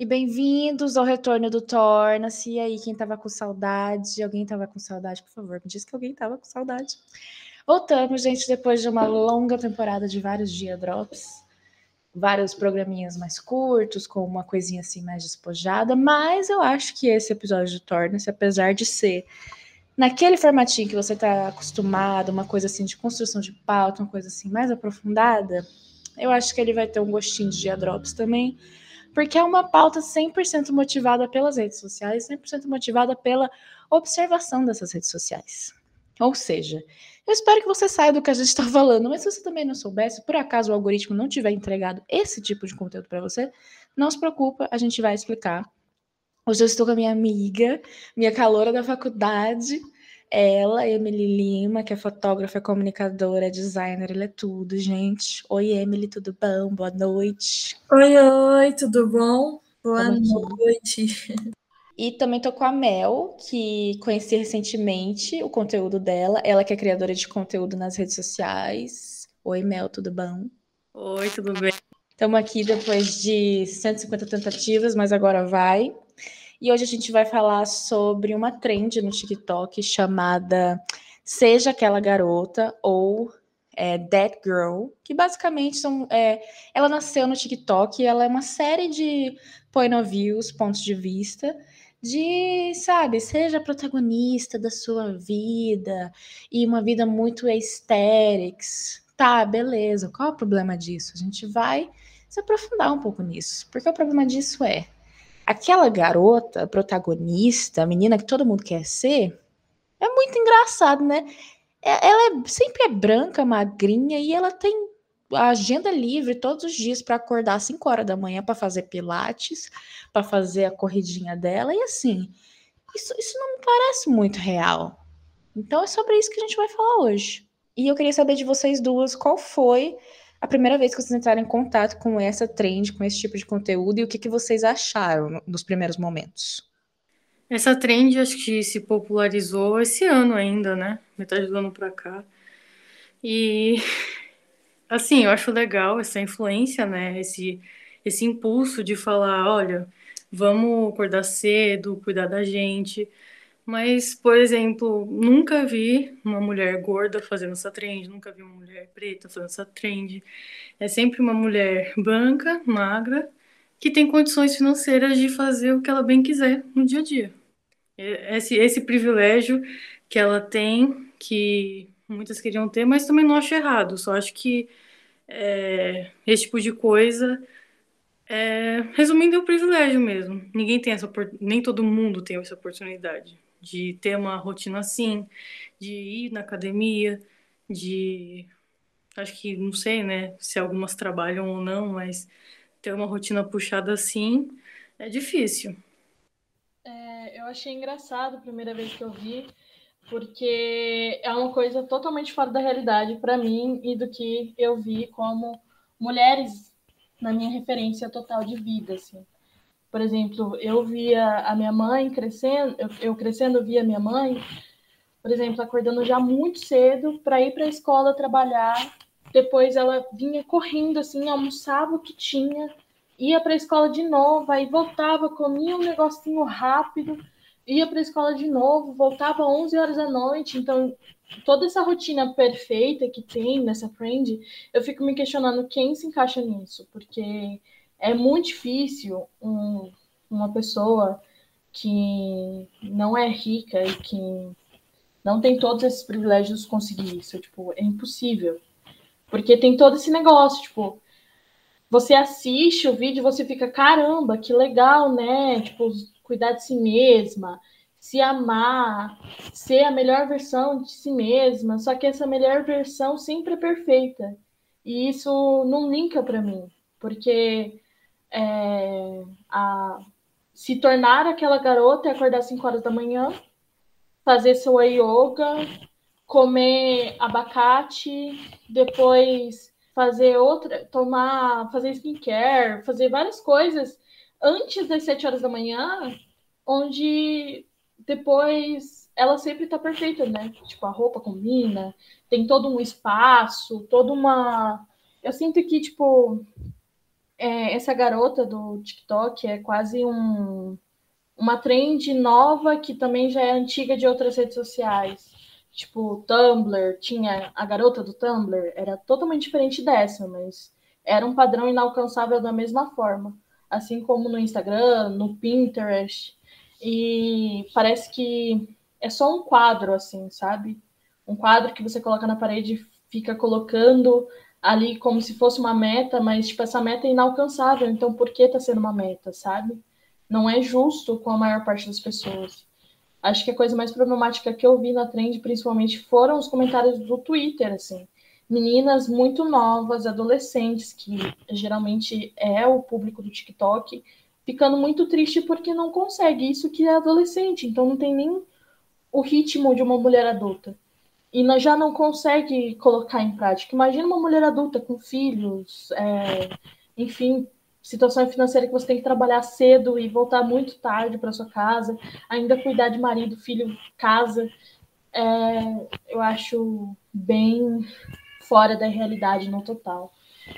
E bem-vindos ao retorno do Torna-se. E aí, quem tava com saudade? Alguém tava com saudade, por favor, me diz que alguém tava com saudade. Voltamos, gente, depois de uma longa temporada de vários dia drops, vários programinhas mais curtos, com uma coisinha assim mais despojada, mas eu acho que esse episódio do Torna-se, apesar de ser naquele formatinho que você tá acostumado, uma coisa assim de construção de pauta, uma coisa assim mais aprofundada, eu acho que ele vai ter um gostinho de dia drops também, porque é uma pauta 100% motivada pelas redes sociais, 100% motivada pela observação dessas redes sociais. Ou seja, eu espero que você saiba do que a gente está falando, mas se você também não soubesse, por acaso o algoritmo não tiver entregado esse tipo de conteúdo para você, não se preocupa, a gente vai explicar. Hoje eu estou com a minha amiga, minha caloura da faculdade, ela, Emily Lima, que é fotógrafa, comunicadora, designer, ela é tudo, gente. Oi, Emily, tudo bom? Boa noite. Oi, tudo bom? Boa Estamos aqui. noite. E também tô com a Mel, que conheci recentemente o conteúdo dela. Ela que é criadora de conteúdo nas redes sociais. Oi, Mel, tudo bom? Oi, tudo bem? Estamos aqui depois de 150 tentativas, mas agora vai. E hoje a gente vai falar sobre uma trend no TikTok chamada Seja Aquela Garota ou That Girl, que basicamente ela nasceu no TikTok e ela é uma série de point of views, pontos de vista, de, sabe, seja protagonista da sua vida e uma vida muito aesthetics. Tá, beleza. Qual é o problema disso? A gente vai se aprofundar um pouco nisso, porque o problema disso é aquela garota, protagonista, a menina que todo mundo quer ser, é muito engraçado, né? Ela sempre é branca, magrinha e ela tem a agenda livre todos os dias para acordar às 5 horas da manhã para fazer pilates, para fazer a corridinha dela e assim, isso não me parece muito real. Então é sobre isso que a gente vai falar hoje. E eu queria saber de vocês duas qual foi a primeira vez que vocês entraram em contato com essa trend, com esse tipo de conteúdo, e o que, que vocês acharam nos primeiros momentos? Essa trend acho que se popularizou esse ano ainda, né? Metade do ano pra cá. E assim, eu acho legal essa influência, né? Esse impulso de falar, olha, vamos acordar cedo, cuidar da gente. Mas, por exemplo, nunca vi uma mulher gorda fazendo essa trend, nunca vi uma mulher preta fazendo essa trend. É sempre uma mulher branca, magra, que tem condições financeiras de fazer o que ela bem quiser no dia a dia. Esse privilégio que ela tem, que muitas queriam ter, mas também não acho errado. Só acho que esse tipo de coisa, resumindo, é um privilégio mesmo. Ninguém tem nem todo mundo tem essa oportunidade de ter uma rotina assim, de ir na academia, de acho que não sei, né, se algumas trabalham ou não, mas ter uma rotina puxada assim é difícil. Eu achei engraçado a primeira vez que eu vi, porque é uma coisa totalmente fora da realidade para mim e do que eu vi como mulheres na minha referência total de vida, assim. Por exemplo, eu via a minha mãe crescendo, eu crescendo, eu via a minha mãe, por exemplo, acordando já muito cedo para ir para a escola trabalhar. Depois ela vinha correndo, assim, almoçava o que tinha, ia para a escola de novo, aí voltava, comia um negocinho rápido, ia para a escola de novo, voltava às 11 horas da noite. Então, toda essa rotina perfeita que tem nessa friend, eu fico me questionando quem se encaixa nisso, porque é muito difícil uma pessoa que não é rica e que não tem todos esses privilégios conseguir isso. Tipo, é impossível. Porque tem todo esse negócio, tipo, você assiste o vídeo e você fica, caramba, que legal, né? Tipo, cuidar de si mesma, se amar, ser a melhor versão de si mesma. Só que essa melhor versão sempre é perfeita. E isso não linka para mim. Porque se tornar aquela garota é acordar às 5 horas da manhã, fazer sua yoga, comer abacate, depois fazer fazer skincare, fazer várias coisas antes das 7 horas da manhã, onde depois ela sempre tá perfeita, né? Tipo, a roupa combina, tem todo um espaço, toda uma. Eu sinto que, tipo, essa garota do TikTok é quase uma trend nova que também já é antiga de outras redes sociais. Tipo, Tumblr, tinha a garota do Tumblr, era totalmente diferente dessa, mas era um padrão inalcançável da mesma forma. Assim como no Instagram, no Pinterest. E parece que é só um quadro, assim, sabe? Um quadro que você coloca na parede e fica colocando ali como se fosse uma meta, mas tipo, essa meta é inalcançável, então por que tá sendo uma meta, sabe? Não é justo com a maior parte das pessoas. Acho que a coisa mais problemática que eu vi na trend, principalmente, foram os comentários do Twitter, assim. Meninas muito novas, adolescentes, que geralmente é o público do TikTok, ficando muito triste porque não consegue isso que é adolescente, então não tem nem o ritmo de uma mulher adulta. E já não consegue colocar em prática. Imagina uma mulher adulta com filhos, enfim, situação financeira que você tem que trabalhar cedo e voltar muito tarde para sua casa, ainda cuidar de marido, filho, casa. Eu acho bem fora da realidade no total.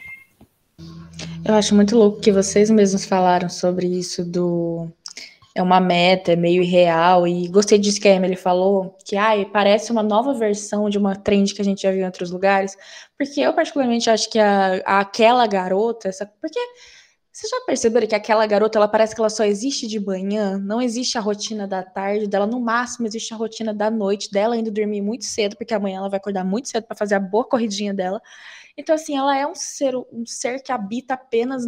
Eu acho muito louco que vocês mesmos falaram sobre isso do é uma meta, é meio irreal, e gostei disso que a Emily falou, que parece uma nova versão de uma trend que a gente já viu em outros lugares, porque eu particularmente acho que aquela garota, porque vocês já perceberam que aquela garota, ela parece que ela só existe de manhã, não existe a rotina da tarde dela, no máximo existe a rotina da noite dela indo dormir muito cedo, porque amanhã ela vai acordar muito cedo para fazer a boa corridinha dela. Então, assim, ela é um ser que habita apenas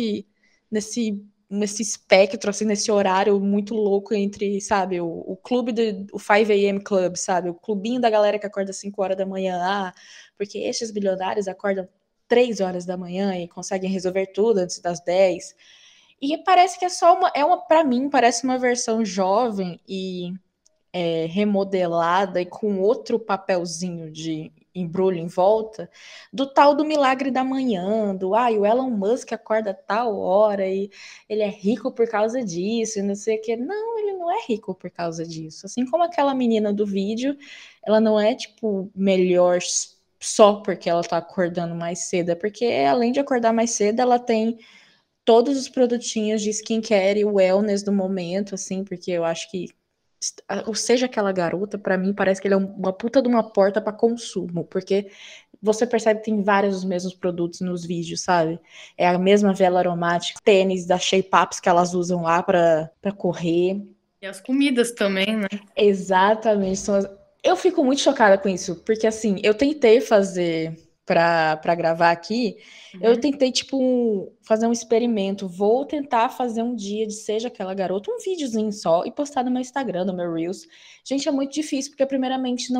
nesse espectro, assim, nesse horário muito louco entre, sabe, o clube o 5 a.m. Club, sabe, o clubinho da galera que acorda às 5 horas da manhã, porque estes bilionários acordam 3 horas da manhã e conseguem resolver tudo antes das 10. E parece que é só para mim, parece uma versão jovem e remodelada e com outro papelzinho de embrulho em volta, do tal do milagre da manhã, o Elon Musk acorda tal hora e ele é rico por causa disso, e não sei o que. Não, ele não é rico por causa disso. Assim como aquela menina do vídeo, ela não é, tipo, melhor só porque ela tá acordando mais cedo, é porque além de acordar mais cedo, ela tem todos os produtinhos de skincare e wellness do momento, assim, porque eu acho que ou seja, aquela garota, pra mim, parece que ele é uma puta de uma porta pra consumo, porque você percebe que tem vários dos mesmos produtos nos vídeos, sabe? É a mesma vela aromática, tênis da Shape Ups que elas usam lá pra correr. E as comidas também, né? Exatamente. Eu fico muito chocada com isso, porque assim, eu tentei fazer pra gravar aqui, eu tentei, tipo, fazer um experimento. Vou tentar fazer um dia de Seja Aquela Garota, um videozinho só, e postar no meu Instagram, no meu Reels. Gente, é muito difícil, porque primeiramente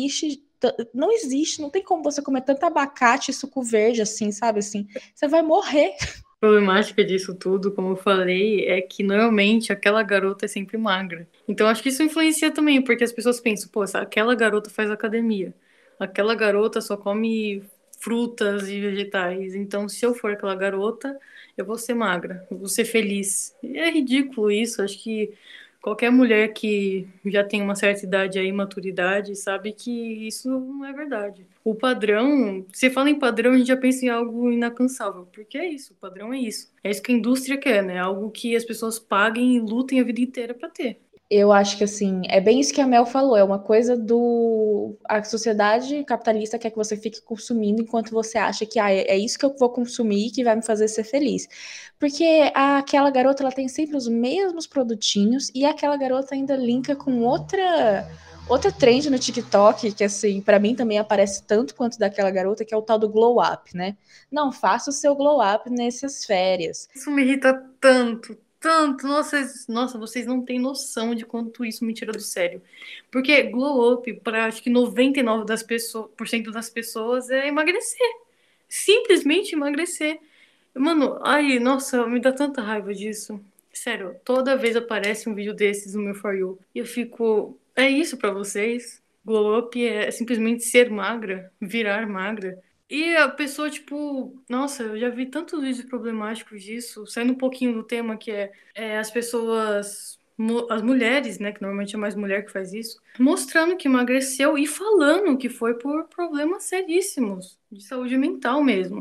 não existe, não tem como você comer tanto abacate e suco verde assim, sabe? Assim, você vai morrer. A problemática disso tudo, como eu falei, é que normalmente aquela garota é sempre magra. Então acho que isso influencia também, porque as pessoas pensam, pô, aquela garota faz academia. Aquela garota só come frutas e vegetais. Então, se eu for aquela garota, eu vou ser magra, eu vou ser feliz. E é ridículo isso. Acho que qualquer mulher que já tem uma certa idade aí, maturidade, sabe que isso não é verdade. O padrão, você fala em padrão, a gente já pensa em algo inalcançável, porque é isso, o padrão é isso. É isso que a indústria quer, né? Algo que as pessoas paguem e lutem a vida inteira para ter. Eu acho que, assim, é bem isso que a Mel falou, é uma coisa a sociedade capitalista quer que você fique consumindo enquanto você acha que é isso que eu vou consumir que vai me fazer ser feliz. Porque aquela garota, ela tem sempre os mesmos produtinhos e aquela garota ainda linka com outra trend no TikTok, que, assim, pra mim também aparece tanto quanto daquela garota, que é o tal do glow up, né? Não, faça o seu glow up nessas férias. Isso me irrita tanto, tanto. Nossa, vocês não têm noção de quanto isso me tira do sério. Porque glow up, para acho que 99% das pessoas é emagrecer. Simplesmente emagrecer. Mano, ai, nossa, me dá tanta raiva disso. Sério, toda vez aparece um vídeo desses no meu For You. E eu fico, é isso pra vocês? Glow up é simplesmente ser magra, virar magra. E a pessoa, tipo, nossa, eu já vi tantos vídeos problemáticos disso, saindo um pouquinho do tema que é as pessoas, as mulheres, né, que normalmente é mais mulher que faz isso, mostrando que emagreceu e falando que foi por problemas seríssimos, de saúde mental mesmo.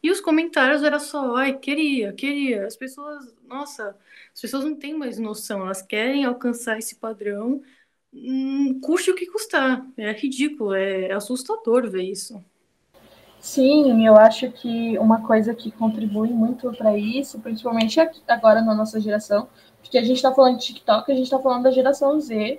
E os comentários era só, ai, queria. As pessoas, nossa, as pessoas não têm mais noção, elas querem alcançar esse padrão, custe o que custar. É ridículo, é assustador ver isso. Sim, eu acho que uma coisa que contribui muito para isso, principalmente agora na nossa geração, porque a gente está falando de TikTok, a gente está falando da geração Z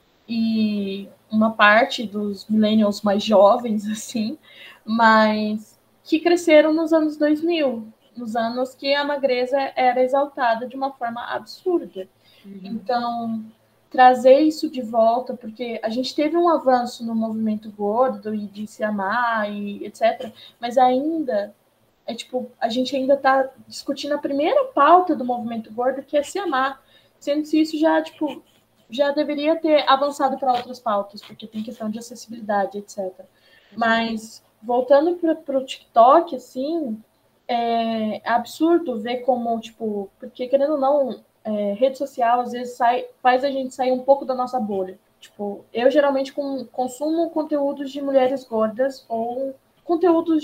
e uma parte dos millennials mais jovens, assim, mas que cresceram nos anos 2000, nos anos que a magreza era exaltada de uma forma absurda. Então, trazer isso de volta, porque a gente teve um avanço no movimento gordo e de se amar e etc, mas ainda tipo, a gente ainda está discutindo a primeira pauta do movimento gordo, que é se amar, sendo que isso já, tipo, já deveria ter avançado para outras pautas, porque tem questão de acessibilidade, etc. Mas, voltando para o TikTok, assim, é absurdo ver como, tipo, porque querendo ou não, rede social às vezes faz a gente sair um pouco da nossa bolha. Tipo, eu geralmente consumo conteúdos de mulheres gordas ou conteúdos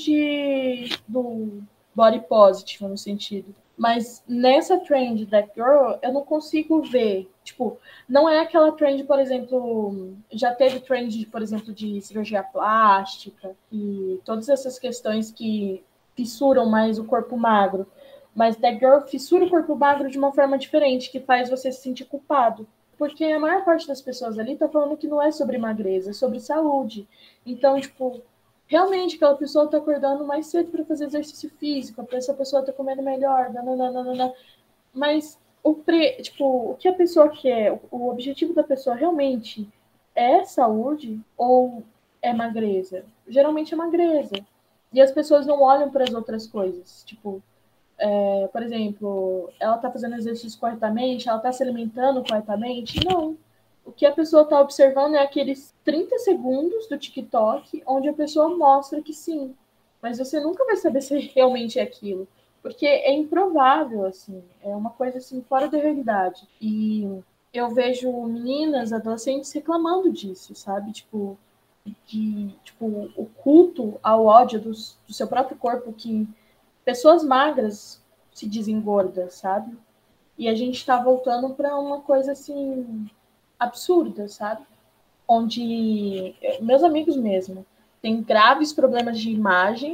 do body positive, no sentido. Mas nessa trend da girl, eu não consigo ver. Tipo, não é aquela trend, por exemplo, já teve trend, por exemplo, de cirurgia plástica e todas essas questões que fissuram mais o corpo magro. Mas That Girl fissura o corpo magro de uma forma diferente, que faz você se sentir culpado. Porque a maior parte das pessoas ali tá falando que não é sobre magreza, é sobre saúde. Então, tipo, realmente aquela pessoa tá acordando mais cedo para fazer exercício físico, essa pessoa tá comendo melhor, nananana. Mas o que a pessoa quer, o objetivo da pessoa realmente é saúde ou é magreza? Geralmente é magreza. E as pessoas não olham para as outras coisas. Tipo, por exemplo, ela está fazendo exercício corretamente, ela está se alimentando corretamente? Não. O que a pessoa está observando é aqueles 30 segundos do TikTok onde a pessoa mostra que sim. Mas você nunca vai saber se realmente é aquilo. Porque é improvável, assim. É uma coisa, assim, fora da realidade. E eu vejo meninas, adolescentes reclamando disso, sabe? Tipo, o culto ao ódio do seu próprio corpo que pessoas magras se dizem gordas, sabe? E a gente tá voltando para uma coisa assim absurda, sabe? Onde meus amigos mesmo têm graves problemas de imagem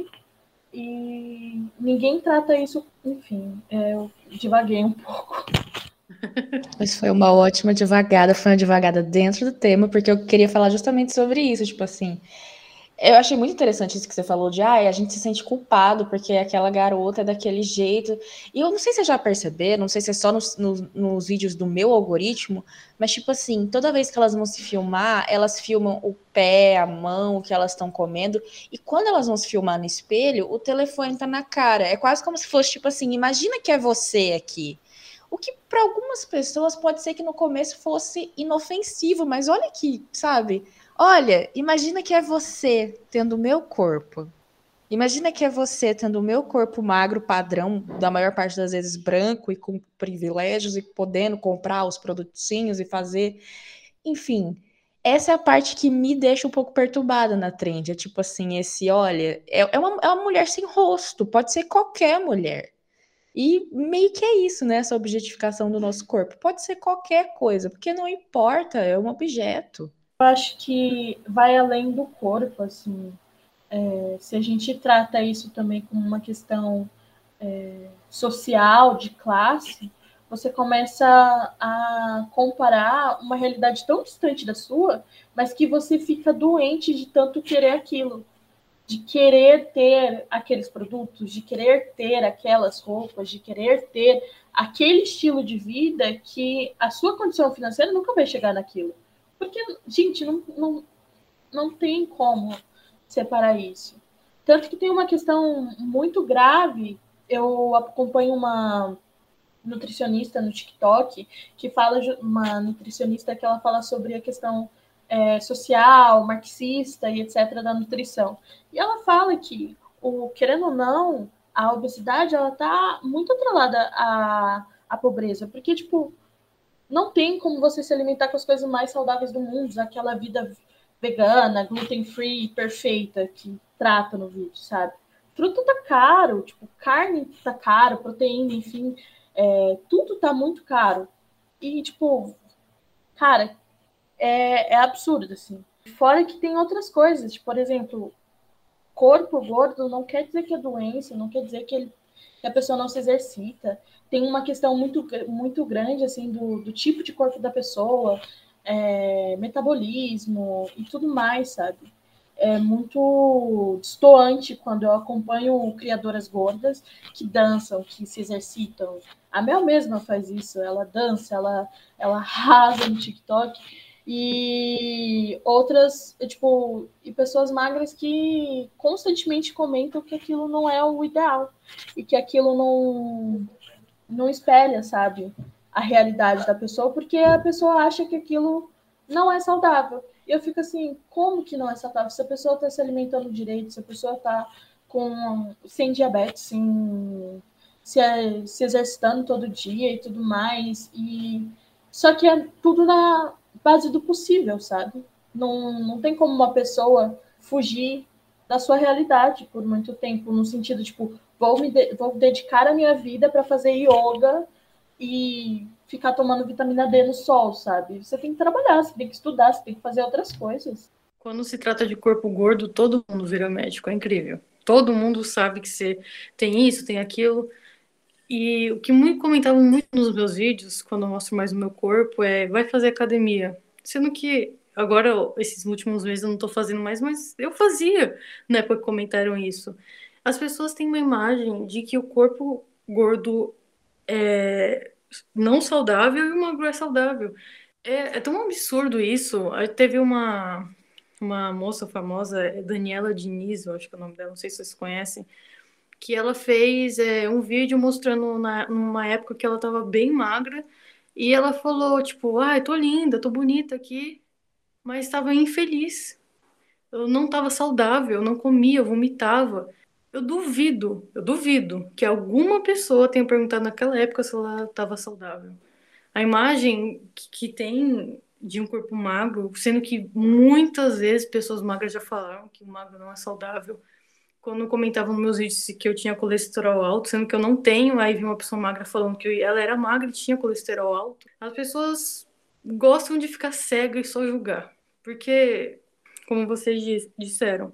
e ninguém trata isso, enfim, eu divaguei um pouco. Mas foi uma ótima devagada, foi uma devagada dentro do tema, porque eu queria falar justamente sobre isso, tipo assim, eu achei muito interessante isso que você falou de, a gente se sente culpado porque aquela garota é daquele jeito. E eu não sei se você já perceberam, não sei se é só nos vídeos do meu algoritmo, mas tipo assim, toda vez que elas vão se filmar, elas filmam o pé, a mão, o que elas estão comendo. E quando elas vão se filmar no espelho, o telefone tá na cara. É quase como se fosse tipo assim, imagina que é você aqui. O que para algumas pessoas pode ser que no começo fosse inofensivo, mas olha aqui, sabe? Olha, imagina que é você tendo o meu corpo. Imagina que é você tendo o meu corpo magro padrão, da maior parte das vezes branco e com privilégios e podendo comprar os produtinhos e fazer. Enfim, essa é a parte que me deixa um pouco perturbada na trend. É tipo assim, olha, é uma mulher sem rosto, pode ser qualquer mulher. E meio que é isso, né? Essa objetificação do nosso corpo. Pode ser qualquer coisa, porque não importa, é um objeto. Eu acho que vai além do corpo, assim. Se a gente trata isso também como uma questão social, de classe, você começa a comparar uma realidade tão distante da sua, mas que você fica doente de tanto querer aquilo, de querer ter aqueles produtos, de querer ter aquelas roupas, de querer ter aquele estilo de vida que a sua condição financeira nunca vai chegar naquilo. Porque, gente, não tem como separar isso. Tanto que tem uma questão muito grave. Eu acompanho uma nutricionista no TikTok que fala, uma nutricionista que ela fala sobre a questão social, marxista e etc. da nutrição. E ela fala que, querendo ou não, a obesidade ela está muito atrelada à pobreza, porque tipo não tem como você se alimentar com as coisas mais saudáveis do mundo, aquela vida vegana, gluten free, perfeita que trata no vídeo, sabe? fruta tá caro, tipo, carne tá caro, proteína, enfim, tudo tá muito caro. E, tipo, cara, é absurdo, assim. Fora que tem outras coisas, tipo, por exemplo, corpo gordo não quer dizer que é doença, não quer dizer que a pessoa não se exercita. Tem uma questão muito grande, assim, do tipo de corpo da pessoa, metabolismo e tudo mais, sabe? É muito destoante quando eu acompanho criadoras gordas que dançam, que se exercitam. A Mel mesma faz isso, ela dança, ela arrasa no TikTok. E outras, tipo, e pessoas magras que constantemente comentam que aquilo não é o ideal e que aquilo não espelha, sabe, a realidade da pessoa, porque a pessoa acha que aquilo não é saudável. E eu fico assim, como que não é saudável? Se a pessoa está se alimentando direito, se a pessoa está sem diabetes, se exercitando todo dia e tudo mais, só que é tudo na base do possível, sabe? Não tem como uma pessoa fugir da sua realidade por muito tempo, no sentido, tipo, vou dedicar a minha vida para fazer yoga e ficar tomando vitamina D no sol, sabe? Você tem que trabalhar, você tem que estudar, você tem que fazer outras coisas. Quando se trata de corpo gordo, todo mundo vira médico, é incrível. Todo mundo sabe que você tem isso, tem aquilo. E o que comentavam muito nos meus vídeos, quando eu mostro mais o meu corpo, vai fazer academia. Sendo que agora, esses últimos meses, eu não tô fazendo mais, mas eu fazia na época que comentaram isso. As pessoas têm uma imagem de que o corpo gordo é não saudável e o magro é saudável. É tão absurdo isso. Aí teve uma moça famosa, Daniela Diniz, eu acho que é o nome dela, não sei se vocês conhecem, que ela fez um vídeo mostrando numa época que ela estava bem magra, e ela falou, tipo, eu tô linda, tô bonita aqui, mas estava infeliz. Eu não estava saudável, eu não comia, eu vomitava. Eu duvido que alguma pessoa tenha perguntado naquela época se ela estava saudável. A imagem que tem de um corpo magro, sendo que muitas vezes pessoas magras já falaram que o magro não é saudável. Quando comentavam nos meus vídeos que eu tinha colesterol alto, sendo que eu não tenho, aí vi uma pessoa magra falando que ela era magra e tinha colesterol alto. As pessoas gostam de ficar cega e só julgar. Porque, como vocês disseram,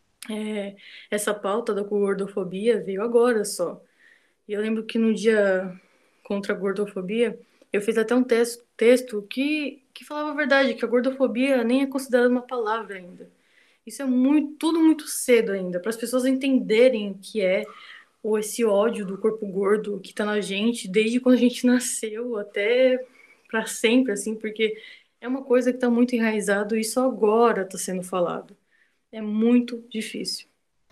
essa pauta da gordofobia veio agora só. E eu lembro que no dia contra a gordofobia, eu fiz até um texto que falava a verdade, que a gordofobia nem é considerada uma palavra ainda. Isso é tudo muito cedo ainda, para as pessoas entenderem que ou esse ódio do corpo gordo que tá na gente desde quando a gente nasceu até para sempre, assim, porque é uma coisa que tá muito enraizado e só agora tá sendo falado. É muito difícil.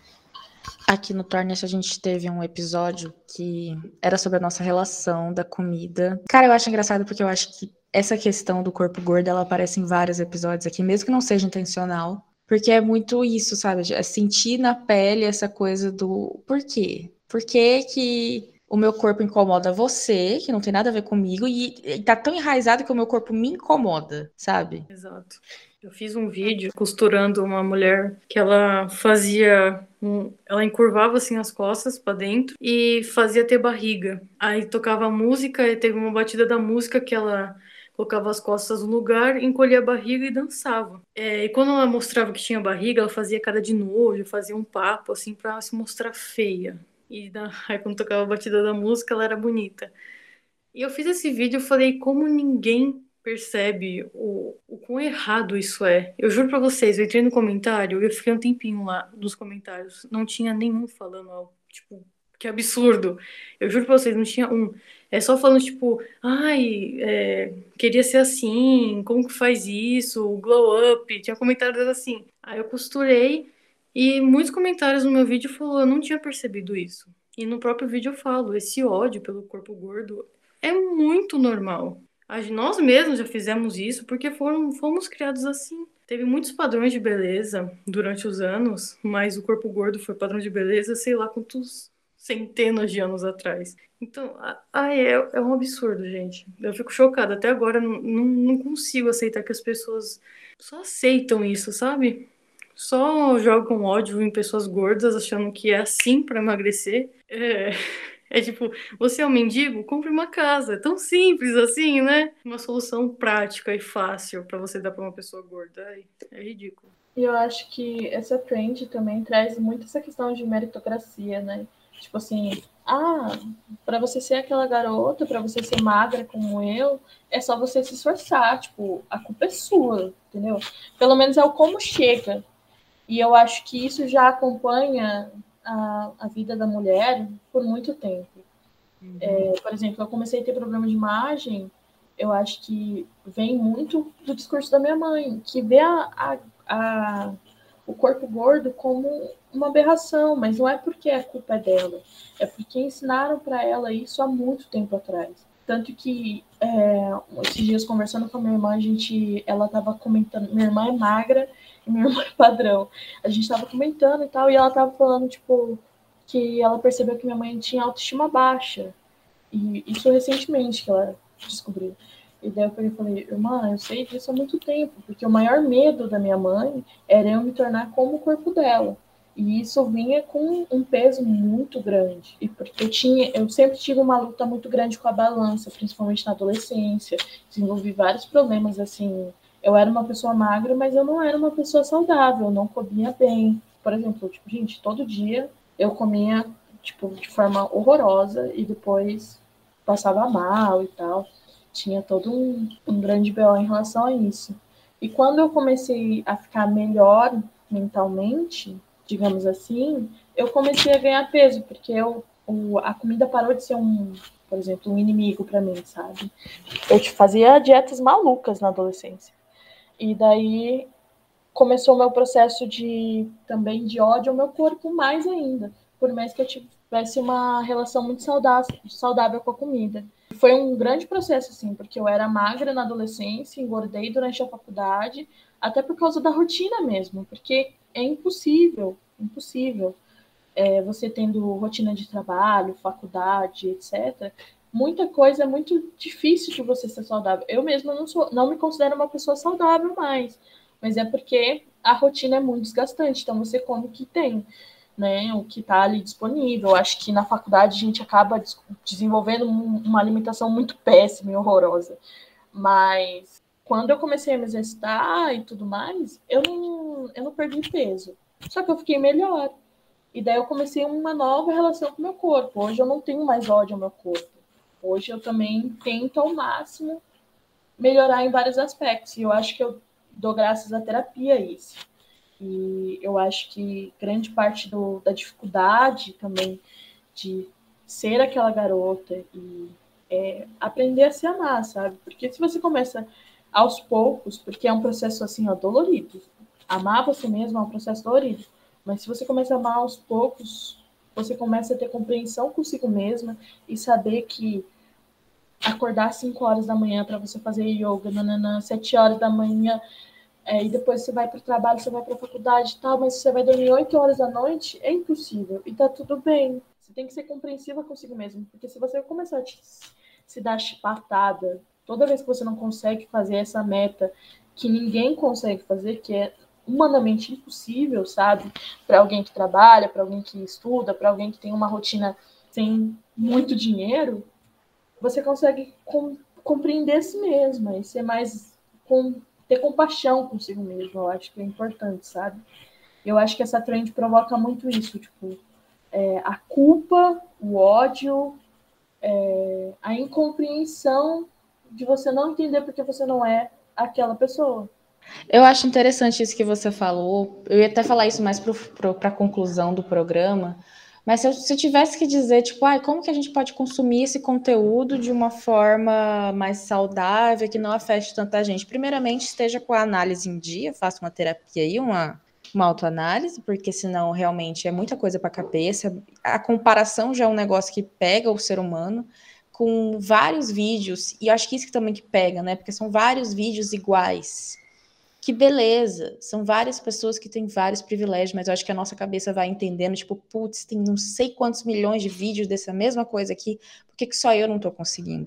Aqui no Tornest a gente teve um episódio que era sobre a nossa relação da comida. Cara, eu acho engraçado porque eu acho que essa questão do corpo gordo, ela aparece em vários episódios aqui, mesmo que não seja intencional. Porque é muito isso, sabe? É sentir na pele essa coisa do por quê? Por que que o meu corpo incomoda você, que não tem nada a ver comigo, e tá tão enraizado que o meu corpo me incomoda, sabe? Exato. Eu fiz um vídeo costurando uma mulher que ela fazia ela encurvava assim as costas para dentro e fazia ter barriga. Aí tocava música e teve uma batida da música que ela colocava as costas no lugar, encolhia a barriga e dançava. E quando ela mostrava que tinha barriga, ela fazia cara de nojo, fazia um papo assim para se mostrar feia. Aí quando tocava a batida da música, ela era bonita. E eu fiz esse vídeo e falei como ninguém percebe o quão errado isso é. Eu juro pra vocês, eu entrei no comentário e eu fiquei um tempinho lá nos comentários. Não tinha nenhum falando algo, tipo, que absurdo. Eu juro pra vocês, não tinha um. É só falando, tipo, ai, queria ser assim, como que faz isso, glow up. Tinha comentários assim. Aí eu costurei e muitos comentários no meu vídeo falou, eu não tinha percebido isso. E no próprio vídeo eu falo, esse ódio pelo corpo gordo é muito normal. Nós mesmos já fizemos isso porque fomos criados assim. Teve muitos padrões de beleza durante os anos, mas o corpo gordo foi padrão de beleza, sei lá quantos centenas de anos atrás. Então, é um absurdo, gente. Eu fico chocada. Até agora não consigo aceitar que as pessoas só aceitam isso, sabe? só jogam ódio em pessoas gordas, achando que é assim pra emagrecer. É tipo, você é um mendigo? Compre uma casa. É tão simples assim, né? Uma solução prática e fácil pra você dar pra uma pessoa gorda. É ridículo. E eu acho que essa trend também traz muito essa questão de meritocracia, né? Tipo assim, para você ser aquela garota, para você ser magra como eu, é só você se esforçar. Tipo, a culpa é sua, entendeu? Pelo menos é o como chega. E eu acho que isso já acompanha a vida da mulher por muito tempo. Por exemplo, eu comecei a ter problema de imagem, eu acho que vem muito do discurso da minha mãe, que vê o corpo gordo como uma aberração, mas não é porque a culpa é dela, é porque ensinaram para ela isso há muito tempo atrás. Tanto que esses dias conversando com a minha irmã, ela estava comentando, minha irmã é magra e minha irmã é padrão. A gente estava comentando e tal, e ela estava falando, tipo, que ela percebeu que minha mãe tinha autoestima baixa. E isso recentemente que ela descobriu. E daí eu falei, irmã, eu sei disso há muito tempo, porque o maior medo da minha mãe era eu me tornar como o corpo dela. E isso vinha com um peso muito grande. E porque eu sempre tive uma luta muito grande com a balança, principalmente na adolescência. Desenvolvi vários problemas, assim. Eu era uma pessoa magra, mas eu não era uma pessoa saudável, não comia bem. Por exemplo, tipo, gente, todo dia eu comia, tipo, de forma horrorosa e depois passava mal e tal. Tinha todo um grande BO em relação a isso. E quando eu comecei a ficar melhor mentalmente, digamos assim, eu comecei a ganhar peso, porque a comida parou de ser por exemplo, um inimigo para mim, sabe? Eu fazia dietas malucas na adolescência. E daí começou o meu processo também de ódio ao meu corpo mais ainda, por mais que eu tivesse uma relação muito saudável com a comida. Foi um grande processo, assim, porque eu era magra na adolescência, engordei durante a faculdade, até por causa da rotina mesmo, porque é impossível você tendo rotina de trabalho, faculdade, etc., muita coisa é muito difícil de você ser saudável. Eu mesma não me considero uma pessoa saudável mais, mas é porque a rotina é muito desgastante, então você come o que tem, né? O que está ali disponível. Acho que na faculdade a gente acaba desenvolvendo uma alimentação muito péssima e horrorosa. Mas quando eu comecei a me exercitar e tudo mais, eu não perdi peso. Só que eu fiquei melhor. E daí eu comecei uma nova relação com o meu corpo. Hoje eu não tenho mais ódio ao meu corpo. Hoje eu também tento ao máximo melhorar em vários aspectos. E eu acho que eu dou graças à terapia a isso. E eu acho que grande parte da dificuldade também de ser aquela garota e aprender a se amar, sabe? Porque se você começa aos poucos, porque é um processo assim, ó, dolorido. Amar você mesmo é um processo dolorido. Mas se você começa a amar aos poucos, você começa a ter compreensão consigo mesma e saber que acordar às 5 horas da manhã para você fazer yoga, 7 horas da manhã, e depois você vai para o trabalho, você vai para a faculdade e tal, mas você vai dormir 8 horas da noite, é impossível. E tá tudo bem. Você tem que ser compreensiva consigo mesmo. Porque se você começar a se dar chipatada toda vez que você não consegue fazer essa meta que ninguém consegue fazer, que é humanamente impossível, sabe? Para alguém que trabalha, para alguém que estuda, para alguém que tem uma rotina sem muito dinheiro, você consegue compreender a si mesma e ser mais ter compaixão consigo mesmo. Eu acho que é importante, sabe? Eu acho que essa trend provoca muito isso, tipo, a culpa, o ódio, a incompreensão de você não entender porque você não é aquela pessoa. Eu acho interessante isso que você falou. Eu ia até falar isso mais para a conclusão do programa. Mas se eu tivesse que dizer, tipo, como que a gente pode consumir esse conteúdo de uma forma mais saudável, que não afete tanta gente? Primeiramente, esteja com a análise em dia, faça uma terapia aí, uma autoanálise, porque senão realmente é muita coisa para a cabeça. A comparação já é um negócio que pega o ser humano com vários vídeos, e acho que isso que também que pega, né? Porque são vários vídeos iguais. Que beleza, são várias pessoas que têm vários privilégios, mas eu acho que a nossa cabeça vai entendendo, tipo, putz, tem não sei quantos milhões de vídeos dessa mesma coisa aqui, por que só eu não tô conseguindo?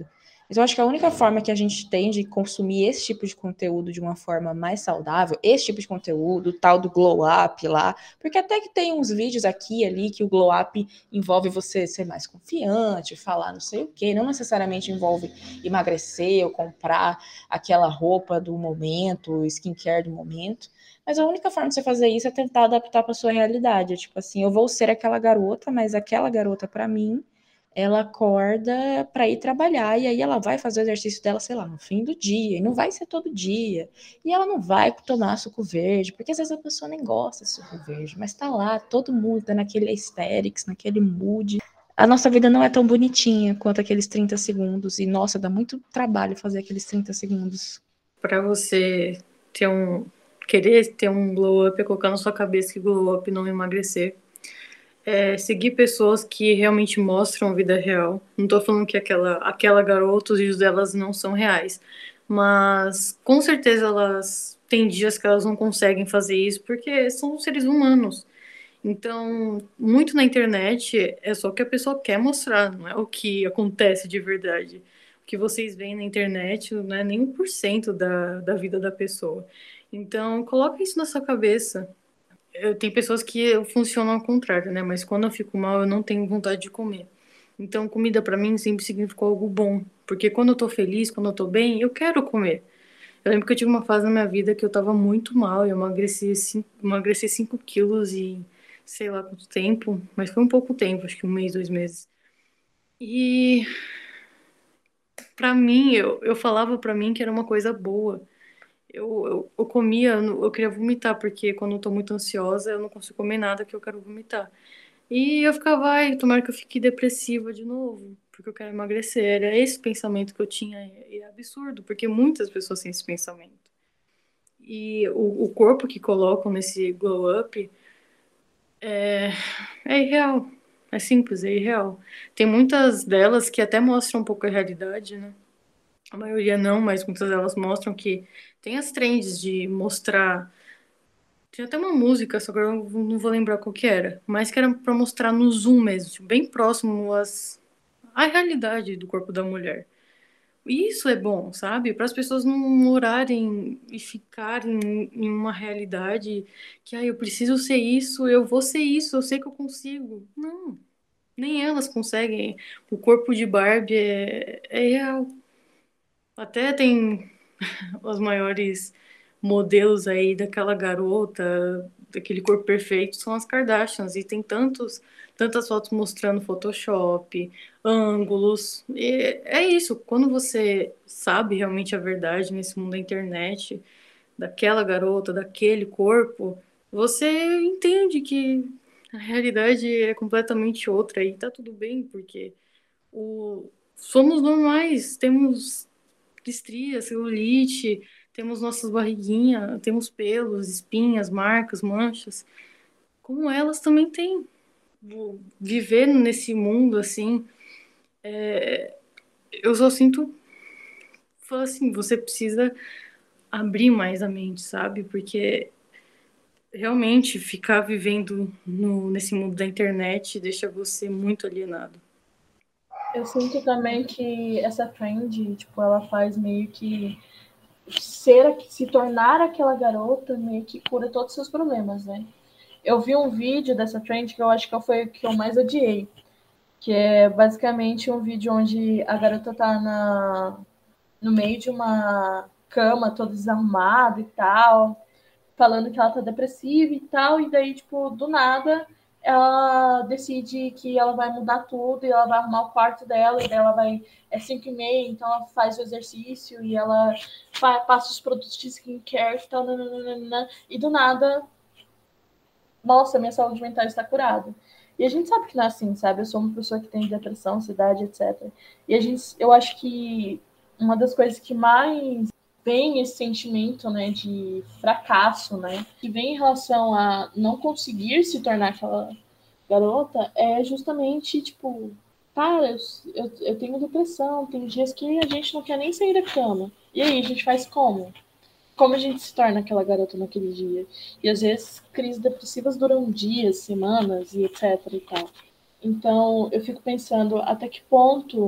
Mas eu acho que a única forma que a gente tem de consumir esse tipo de conteúdo de uma forma mais saudável, esse tipo de conteúdo, tal do glow up lá, porque até que tem uns vídeos aqui e ali que o glow up envolve você ser mais confiante, falar não sei o quê, não necessariamente envolve emagrecer ou comprar aquela roupa do momento, o skincare do momento. Mas a única forma de você fazer isso é tentar adaptar para sua realidade. Tipo assim, eu vou ser aquela garota, mas aquela garota para mim ela acorda para ir trabalhar e aí ela vai fazer o exercício dela, sei lá, no fim do dia, e não vai ser todo dia. E ela não vai tomar suco verde, porque às vezes a pessoa nem gosta de suco verde, mas tá lá, todo mundo tá naquele aesthetics, naquele mood. A nossa vida não é tão bonitinha quanto aqueles 30 segundos, e nossa, dá muito trabalho fazer aqueles 30 segundos. Para você ter querer ter um glow up, é colocar na sua cabeça que glow up não emagrecer. Seguir pessoas que realmente mostram a vida real. Não tô falando que aquela garota, os vídeos delas não são reais. Mas com certeza elas têm dias que elas não conseguem fazer isso porque são seres humanos. Então, muito na internet é só o que a pessoa quer mostrar, não é o que acontece de verdade. O que vocês veem na internet não é nem 1% da vida da pessoa. Então, coloca isso na sua cabeça. Tem pessoas que funcionam ao contrário, né? Mas quando eu fico mal, eu não tenho vontade de comer. Então, comida pra mim sempre significou algo bom. Porque quando eu tô feliz, quando eu tô bem, eu quero comer. Eu lembro que eu tive uma fase na minha vida que eu tava muito mal. Eu emagreci 5 quilos e sei lá quanto tempo. Mas foi um pouco tempo, acho que 1 mês, 2 meses. E pra mim, eu falava pra mim que era uma coisa boa. Eu comia, eu queria vomitar, porque quando eu tô muito ansiosa, eu não consigo comer nada que eu quero vomitar. E eu ficava, ai, tomara que eu fique depressiva de novo, porque eu quero emagrecer. Era esse pensamento que eu tinha, e é absurdo, porque muitas pessoas têm esse pensamento. E o corpo que colocam nesse glow up é irreal. É simples, é irreal. Tem muitas delas que até mostram um pouco a realidade, né? A maioria não, mas muitas delas mostram que tem as trends de mostrar. Tinha até uma música, só que eu não vou lembrar qual que era, mas que era pra mostrar no zoom mesmo, tipo, bem próximo à realidade do corpo da mulher. E isso é bom, sabe? Para as pessoas não orarem e ficarem em uma realidade que, eu preciso ser isso, eu vou ser isso, eu sei que eu consigo. Não, nem elas conseguem. O corpo de Barbie é real. Até tem os maiores modelos aí daquela garota, daquele corpo perfeito, são as Kardashians. E tem tantas fotos mostrando Photoshop, ângulos. E é isso, quando você sabe realmente a verdade nesse mundo da internet, daquela garota, daquele corpo, você entende que a realidade é completamente outra e tá tudo bem, porque somos normais, temos estria, celulite, temos nossas barriguinhas, temos pelos, espinhas, marcas, manchas, como elas também têm. Viver nesse mundo assim, eu só sinto, falo assim, você precisa abrir mais a mente, sabe? Porque realmente ficar vivendo nesse mundo da internet deixa você muito alienado. Eu sinto também que essa trend, tipo, ela faz meio que se tornar aquela garota meio que cura todos os seus problemas, né? Eu vi um vídeo dessa trend que eu acho que foi o que eu mais odiei, que é basicamente um vídeo onde a garota tá no meio de uma cama toda desarrumada e tal, falando que ela tá depressiva e tal, e daí, tipo, do nada, ela decide que ela vai mudar tudo e ela vai arrumar o quarto dela, e daí ela vai, 5h30, então ela faz o exercício e ela passa os produtos de skincare e tal, nananana, e do nada, nossa, minha saúde mental está curada. E a gente sabe que não é assim, sabe? Eu sou uma pessoa que tem depressão, ansiedade, etc. E eu acho que uma das coisas que mais vem esse sentimento, né, de fracasso, né, que vem em relação a não conseguir se tornar aquela garota, é justamente, tipo, cara, eu tenho depressão, tem dias que a gente não quer nem sair da cama. E aí, a gente faz como? Como a gente se torna aquela garota naquele dia? E às vezes crises depressivas duram dias, semanas e etc e tal. Então, eu fico pensando até que ponto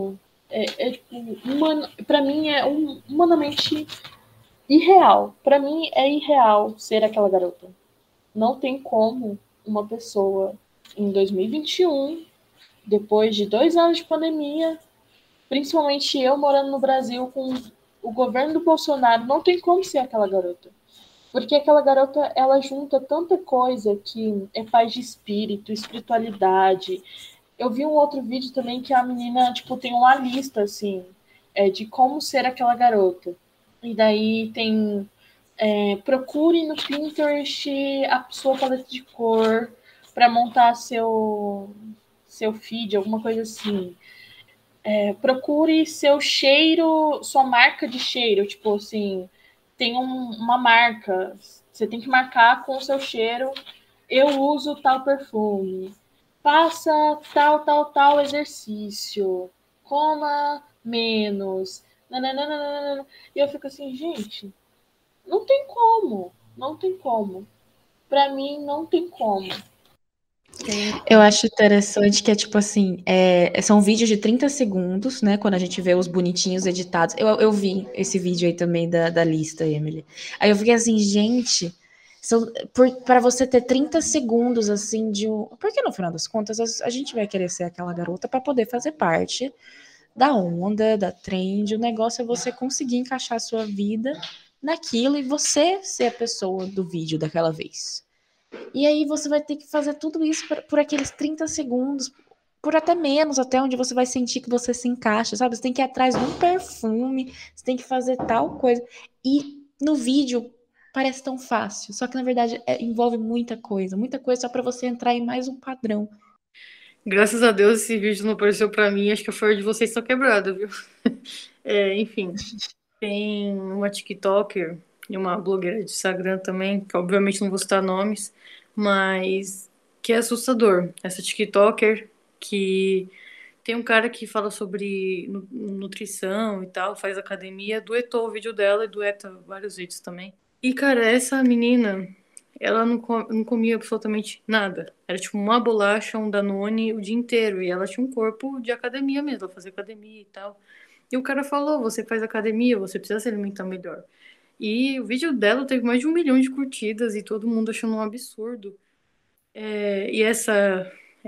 tipo, pra mim é humanamente irreal. Pra mim é irreal ser aquela garota. Não tem como uma pessoa em 2021, depois de 2 anos de pandemia, principalmente eu morando no Brasil com o governo do Bolsonaro, não tem como ser aquela garota. Porque aquela garota, ela junta tanta coisa que é paz de espírito, espiritualidade. Eu vi um outro vídeo também que a menina, tipo, tem uma lista, assim, de como ser aquela garota. E daí tem procure no Pinterest a sua paleta de cor para montar seu feed, alguma coisa assim. Procure seu cheiro, sua marca de cheiro, tipo assim, tem uma marca, você tem que marcar com o seu cheiro. Eu uso tal perfume. Faça tal exercício. Coma menos. Nananana. E eu fico assim, gente, não tem como. Não tem como. Pra mim, não tem como. Eu acho interessante que é tipo assim, são vídeos de 30 segundos, né? Quando a gente vê os bonitinhos editados. Eu vi esse vídeo aí também da lista, Emily. Aí eu fiquei assim, gente, para você ter 30 segundos assim de um. Porque no final das contas, a gente vai querer ser aquela garota para poder fazer parte da onda, da trend. O negócio é você conseguir encaixar a sua vida naquilo e você ser a pessoa do vídeo daquela vez. E aí você vai ter que fazer tudo isso por aqueles 30 segundos, por até menos, até onde você vai sentir que você se encaixa, sabe? Você tem que ir atrás de um perfume, você tem que fazer tal coisa. E no vídeo parece tão fácil, só que na verdade envolve muita coisa só para você entrar em mais um padrão. Graças a Deus esse vídeo não apareceu pra mim, acho que a folha de vocês está quebrada, viu? Enfim, tem uma TikToker e uma blogueira de Instagram também, que obviamente não vou citar nomes, mas que é assustador. Essa TikToker que tem um cara que fala sobre nutrição e tal, faz academia, duetou o vídeo dela e dueta vários vídeos também. E, cara, essa menina, ela não comia absolutamente nada. Era tipo uma bolacha, um Danone o dia inteiro. E ela tinha um corpo de academia mesmo, ela fazia academia e tal. E o cara falou, você faz academia, você precisa se alimentar melhor. E o vídeo dela teve mais de 1 milhão de curtidas e todo mundo achando um absurdo. E essa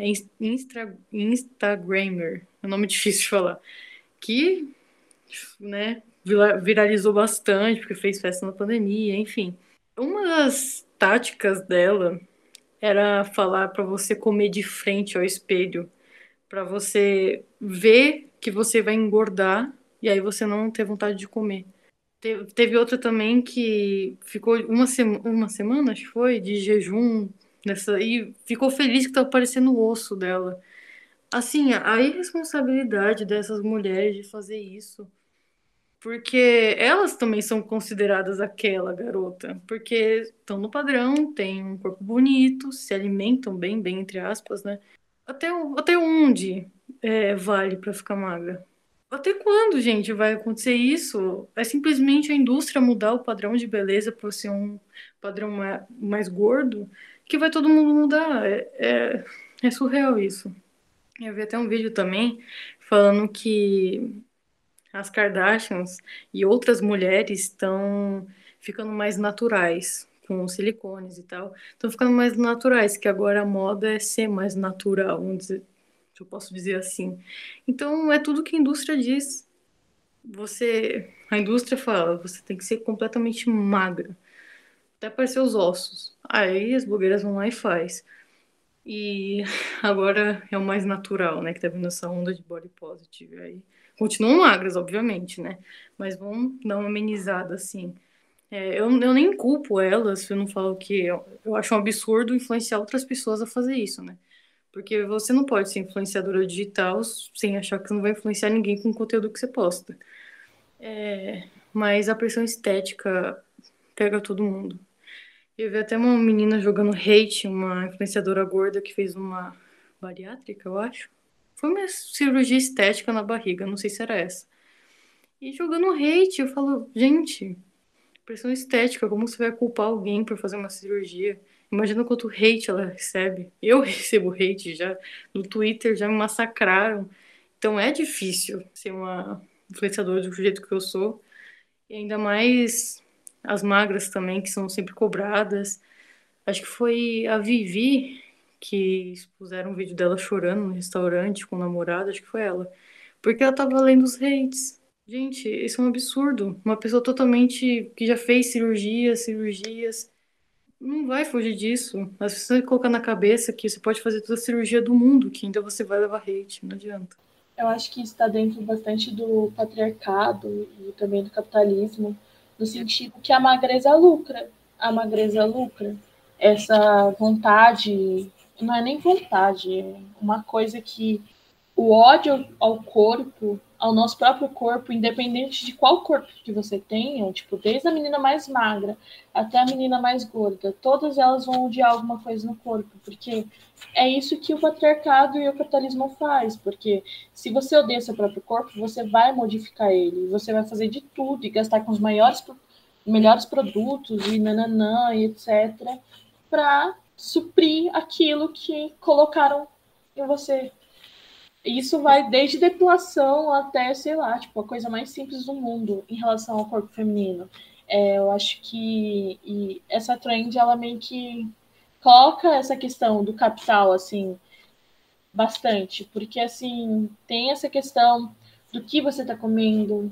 Instagrammer, é um nome difícil de falar, que, né, viralizou bastante porque fez festa na pandemia, enfim. Uma das táticas dela era falar para você comer de frente ao espelho, para você ver que você vai engordar e aí você não ter vontade de comer. Teve outra também que ficou uma semana, acho que foi, de jejum, e ficou feliz que estava aparecendo o osso dela. Assim, a irresponsabilidade dessas mulheres de fazer isso, porque elas também são consideradas aquela garota, porque estão no padrão, têm um corpo bonito, se alimentam bem, entre aspas, né? Até onde vale para ficar magra? Até quando, gente, vai acontecer isso? É simplesmente a indústria mudar o padrão de beleza para ser um padrão mais gordo, que vai todo mundo mudar. É surreal isso. Eu vi até um vídeo também falando que as Kardashians e outras mulheres estão ficando mais naturais, com silicones e tal. Estão ficando mais naturais, que agora a moda é ser mais natural, vamos dizer, se eu posso dizer assim. Então, é tudo que a indústria diz. A indústria fala, você tem que ser completamente magra, até aparecer os ossos. Aí as blogueiras vão lá e faz. E agora é o mais natural, né? Que tá vindo essa onda de body positive. Aí continuam magras, obviamente, né? Mas vão dar uma amenizada, assim. Eu nem culpo elas, eu não falo que eu acho um absurdo influenciar outras pessoas a fazer isso, né? Porque você não pode ser influenciadora digital sem achar que você não vai influenciar ninguém com o conteúdo que você posta. Mas a pressão estética pega todo mundo. Eu vi até uma menina jogando hate, uma influenciadora gorda que fez uma bariátrica, eu acho. Foi uma cirurgia estética na barriga, não sei se era essa. E jogando hate, eu falo, gente, pressão estética, como você vai culpar alguém por fazer uma cirurgia? Imagina quanto hate ela recebe. Eu recebo hate já. No Twitter já me massacraram. Então é difícil ser uma influenciadora do jeito que eu sou. E ainda mais as magras também, que são sempre cobradas. Acho que foi a Vivi que expuseram um vídeo dela chorando no restaurante com o namorado, acho que foi ela. Porque ela tava lendo os hates. Gente, isso é um absurdo. Uma pessoa totalmente que já fez cirurgias, não vai fugir disso. Mas se você colocar na cabeça que você pode fazer toda a cirurgia do mundo, que ainda você vai levar hate, não adianta. Eu acho que isso está dentro bastante do patriarcado e também do capitalismo, no sentido que a magreza lucra. A magreza lucra. Essa vontade, não é nem vontade, é uma coisa que o ódio ao corpo, ao nosso próprio corpo, independente de qual corpo que você tenha, tipo, desde a menina mais magra até a menina mais gorda, todas elas vão odiar alguma coisa no corpo, porque é isso que o patriarcado e o capitalismo faz, porque se você odeia seu próprio corpo, você vai modificar ele, você vai fazer de tudo e gastar com os melhores produtos e nananã e etc, para suprir aquilo que colocaram em você. Isso vai desde depilação até, sei lá, tipo, a coisa mais simples do mundo em relação ao corpo feminino. Eu acho que essa trend, ela meio que coloca essa questão do capital, assim, bastante. Porque, assim, tem essa questão do que você está comendo.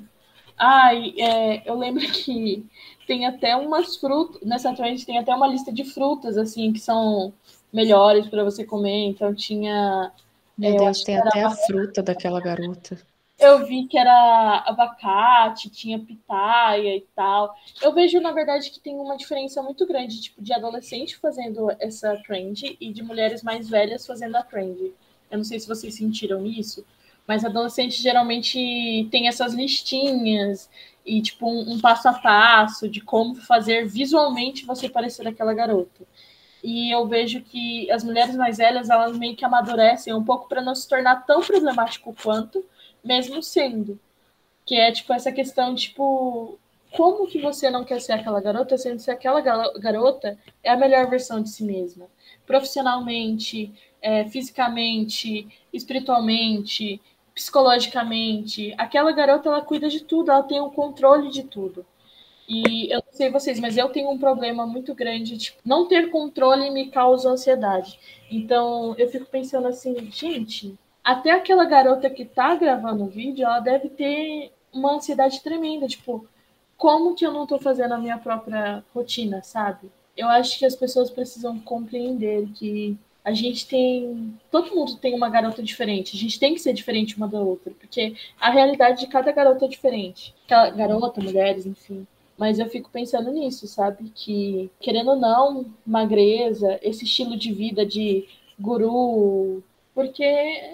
Eu lembro que tem até umas frutas, nessa trend tem até uma lista de frutas, assim, que são melhores para você comer. Então, tinha... Meu Deus, tem até a fruta daquela garota. Eu vi que era abacate, tinha pitaia e tal. Eu vejo, na verdade, que tem uma diferença muito grande, tipo, de adolescente fazendo essa trend e de mulheres mais velhas fazendo a trend. Eu não sei se vocês sentiram isso, mas adolescente geralmente tem essas listinhas e, tipo, um passo a passo de como fazer visualmente você parecer aquela garota. E eu vejo que as mulheres mais velhas, elas meio que amadurecem um pouco para não se tornar tão problemático quanto, mesmo sendo. Que é, tipo, essa questão, tipo, como que você não quer ser aquela garota, sendo que aquela garota é a melhor versão de si mesma? Profissionalmente, fisicamente, espiritualmente, psicologicamente. Aquela garota, ela cuida de tudo, ela tem o controle de tudo. E eu não sei vocês, mas eu tenho um problema muito grande, tipo, não ter controle me causa ansiedade. Então, eu fico pensando assim, gente, até aquela garota que tá gravando o vídeo, ela deve ter uma ansiedade tremenda, tipo, como que eu não tô fazendo a minha própria rotina, sabe? Eu acho que as pessoas precisam compreender que a gente tem. Todo mundo tem uma garota diferente. A gente tem que ser diferente uma da outra, porque a realidade de cada garota é diferente. Cada garota, mulheres, enfim. Mas eu fico pensando nisso, sabe? Que, querendo ou não, magreza, esse estilo de vida de guru, porque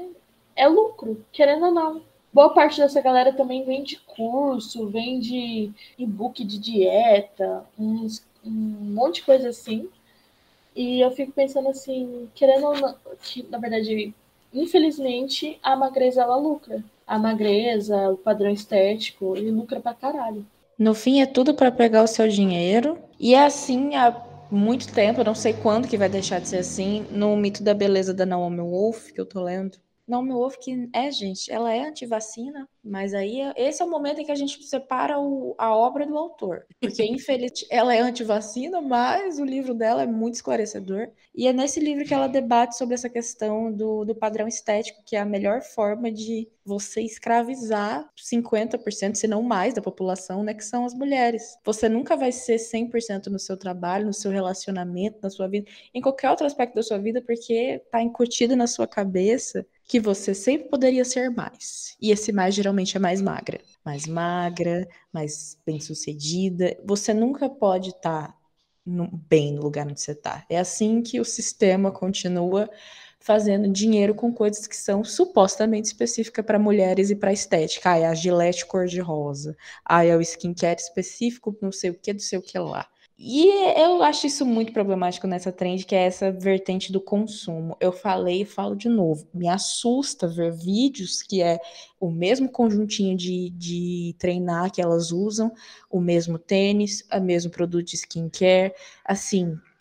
é lucro, querendo ou não. Boa parte dessa galera também vende curso, vende e-book de dieta, um monte de coisa assim. E eu fico pensando assim, querendo ou não, que na verdade, infelizmente, a magreza ela lucra. A magreza, o padrão estético, ele lucra pra caralho. No fim, é tudo para pegar o seu dinheiro. E é assim há muito tempo, eu não sei quando que vai deixar de ser assim, no Mito da Beleza da Naomi Wolf, que eu tô lendo. Naomi Wolf, que gente, ela é antivacina, mas aí esse é o momento em que a gente separa a obra do autor. Porque, infelizmente, ela é antivacina, mas o livro dela é muito esclarecedor. E é nesse livro que ela debate sobre essa questão do padrão estético, que é a melhor forma de você escravizar 50%, se não mais, da população, né, que são as mulheres. Você nunca vai ser 100% no seu trabalho, no seu relacionamento, na sua vida, em qualquer outro aspecto da sua vida, porque tá incutido na sua cabeça que você sempre poderia ser mais. E esse mais geralmente é mais magra. Mais magra, mais bem-sucedida. Você nunca pode estar bem no lugar onde você está. É assim que o sistema continua fazendo dinheiro com coisas que são supostamente específicas para mulheres e para estética. É a Gillette cor-de-rosa. É o skincare específico, não sei o que lá. E eu acho isso muito problemático nessa trend, que é essa vertente do consumo. Eu falei e falo de novo. Me assusta ver vídeos que é o mesmo conjuntinho de treinar que elas usam, o mesmo tênis, o mesmo produto de skincare. Assim,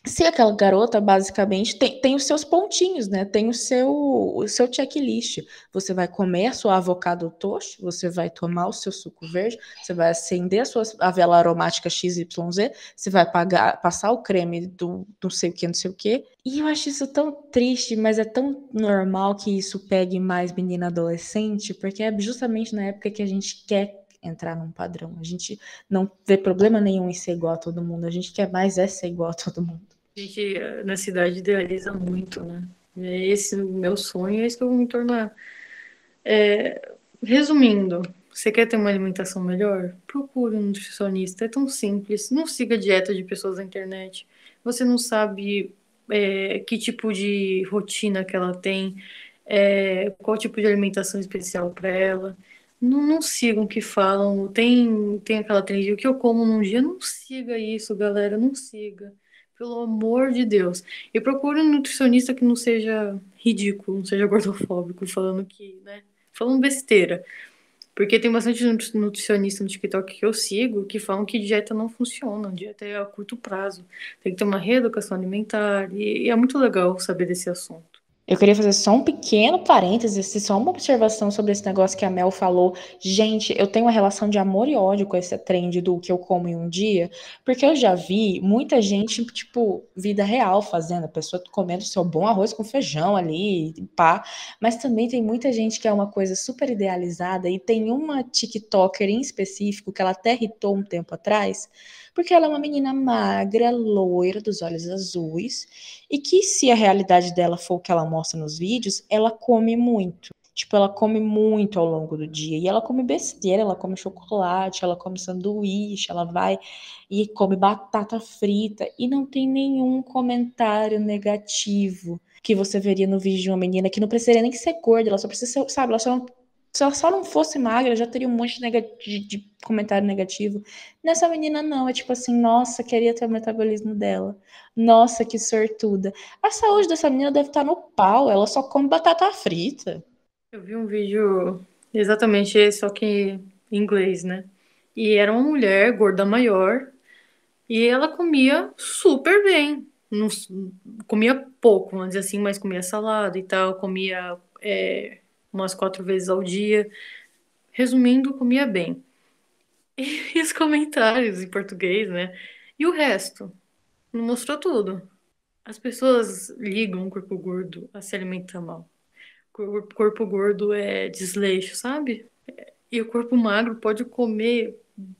Se aquela garota, basicamente, tem os seus pontinhos, né? Tem o seu checklist. Você vai comer a sua avocado toast, você vai tomar o seu suco verde, você vai acender a vela aromática XYZ, você vai passar o creme do não sei o que, não sei o que. E eu acho isso tão triste, mas é tão normal que isso pegue mais menina adolescente, porque é justamente na época que a gente quer entrar num padrão. A gente não vê problema nenhum em ser igual a todo mundo. A gente quer mais ser igual a todo mundo. A gente na cidade idealiza muito, né? É esse o meu sonho, é isso que eu vou me tornar. Resumindo, você quer ter uma alimentação melhor? Procure um nutricionista. É tão simples. Não siga a dieta de pessoas na internet. Você não sabe que tipo de rotina que ela tem, qual tipo de alimentação especial para ela. Não sigam o que falam. Tem aquela trend, o que eu como num dia. Não siga isso, galera. Não siga. Pelo amor de Deus. E procure um nutricionista que não seja ridículo, não seja gordofóbico, falando que, né? Falando besteira. Porque tem bastante nutricionista no TikTok que eu sigo que falam que dieta não funciona, dieta é a curto prazo. Tem que ter uma reeducação alimentar e é muito legal saber desse assunto. Eu queria fazer só um pequeno parênteses, só uma observação sobre esse negócio que a Mel falou. Gente, eu tenho uma relação de amor e ódio com esse trend do que eu como em um dia, porque eu já vi muita gente, tipo, vida real fazendo, a pessoa comendo seu bom arroz com feijão ali, pá. Mas também tem muita gente que é uma coisa super idealizada, e tem uma TikToker em específico que ela até irritou um tempo atrás, porque ela é uma menina magra, loira, dos olhos azuis, e que se a realidade dela for o que ela mostra nos vídeos, ela come muito. Tipo, ela come muito ao longo do dia. E ela come besteira, ela come chocolate, ela come sanduíche, ela vai e come batata frita. E não tem nenhum comentário negativo que você veria no vídeo de uma menina que não precisaria nem ser gorda, ela só precisa ser, sabe, ela só não, se ela só não fosse magra, já teria um monte de comentário negativo. Nessa menina, não. É tipo assim, nossa, queria ter o metabolismo dela. Nossa, que sortuda. A saúde dessa menina deve estar no pau. Ela só come batata frita. Eu vi um vídeo exatamente esse, só que em inglês, né? E era uma mulher gorda maior e ela comia super bem. Não, comia pouco, vamos dizer assim, mas comia salada e tal, comia umas 4 vezes ao dia. Resumindo, comia bem. E os comentários em português, né? E o resto? Não mostrou tudo. As pessoas ligam o corpo gordo a se alimentar mal. Corpo gordo é desleixo, sabe? E o corpo magro pode comer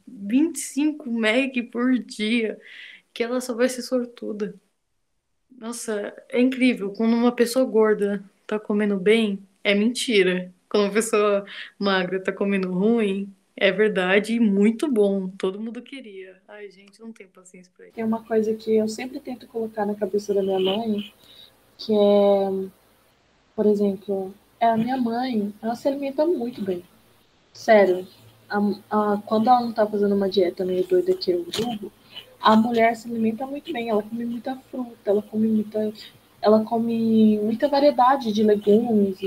25 meg por dia, que ela só vai ser sortuda. Nossa, é incrível. Quando uma pessoa gorda tá comendo bem, é mentira. Quando uma pessoa magra tá comendo ruim, é verdade e muito bom. Todo mundo queria. Ai, gente, não tenho paciência pra isso. Tem uma coisa que eu sempre tento colocar na cabeça da minha mãe, que é, por exemplo, a minha mãe, ela se alimenta muito bem. Sério. Quando ela não tá fazendo uma dieta meio doida que eu julgo, a mulher se alimenta muito bem. Ela come muita fruta, ela come muita variedade de legumes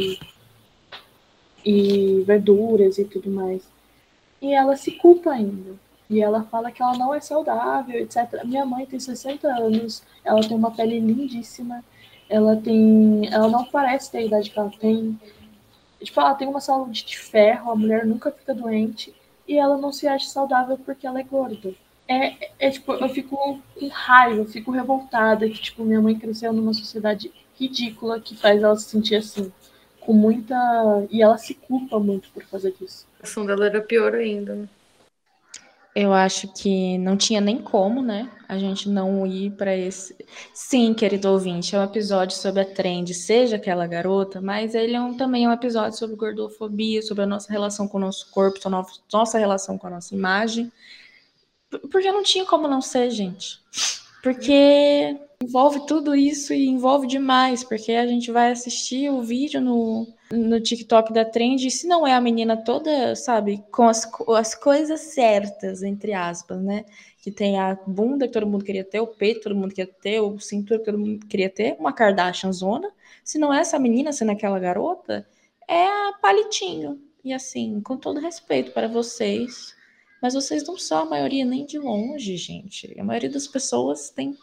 e verduras e tudo mais. E ela se culpa ainda. E ela fala que ela não é saudável, etc. Minha mãe tem 60 anos, ela tem uma pele lindíssima, ela não parece ter a idade que ela tem. Tipo, ela tem uma saúde de ferro, a mulher nunca fica doente e ela não se acha saudável porque ela é gorda. Tipo, eu fico com raiva, eu fico revoltada que, tipo, minha mãe cresceu numa sociedade ridícula que faz ela se sentir assim, com muita... E ela se culpa muito por fazer disso. A ação dela era pior ainda, né? Eu acho que não tinha nem como, né? A gente não ir para esse. Sim, querido ouvinte, é um episódio sobre a trend, seja aquela garota, mas ele também é um episódio sobre gordofobia, sobre a nossa relação com o nosso corpo, nossa relação com a nossa imagem. Porque não tinha como não ser, gente. Porque envolve tudo isso e envolve demais, porque a gente vai assistir o vídeo no TikTok da Trend, e se não é a menina toda, sabe, com as coisas certas, entre aspas, né? Que tem a bunda que todo mundo queria ter, o peito que todo mundo queria ter, o cintura que todo mundo queria ter, uma Kardashian zona. Se não é essa menina sendo aquela garota, é a Palitinho. E assim, com todo respeito para vocês, mas vocês não são a maioria nem de longe, gente. A maioria das pessoas tem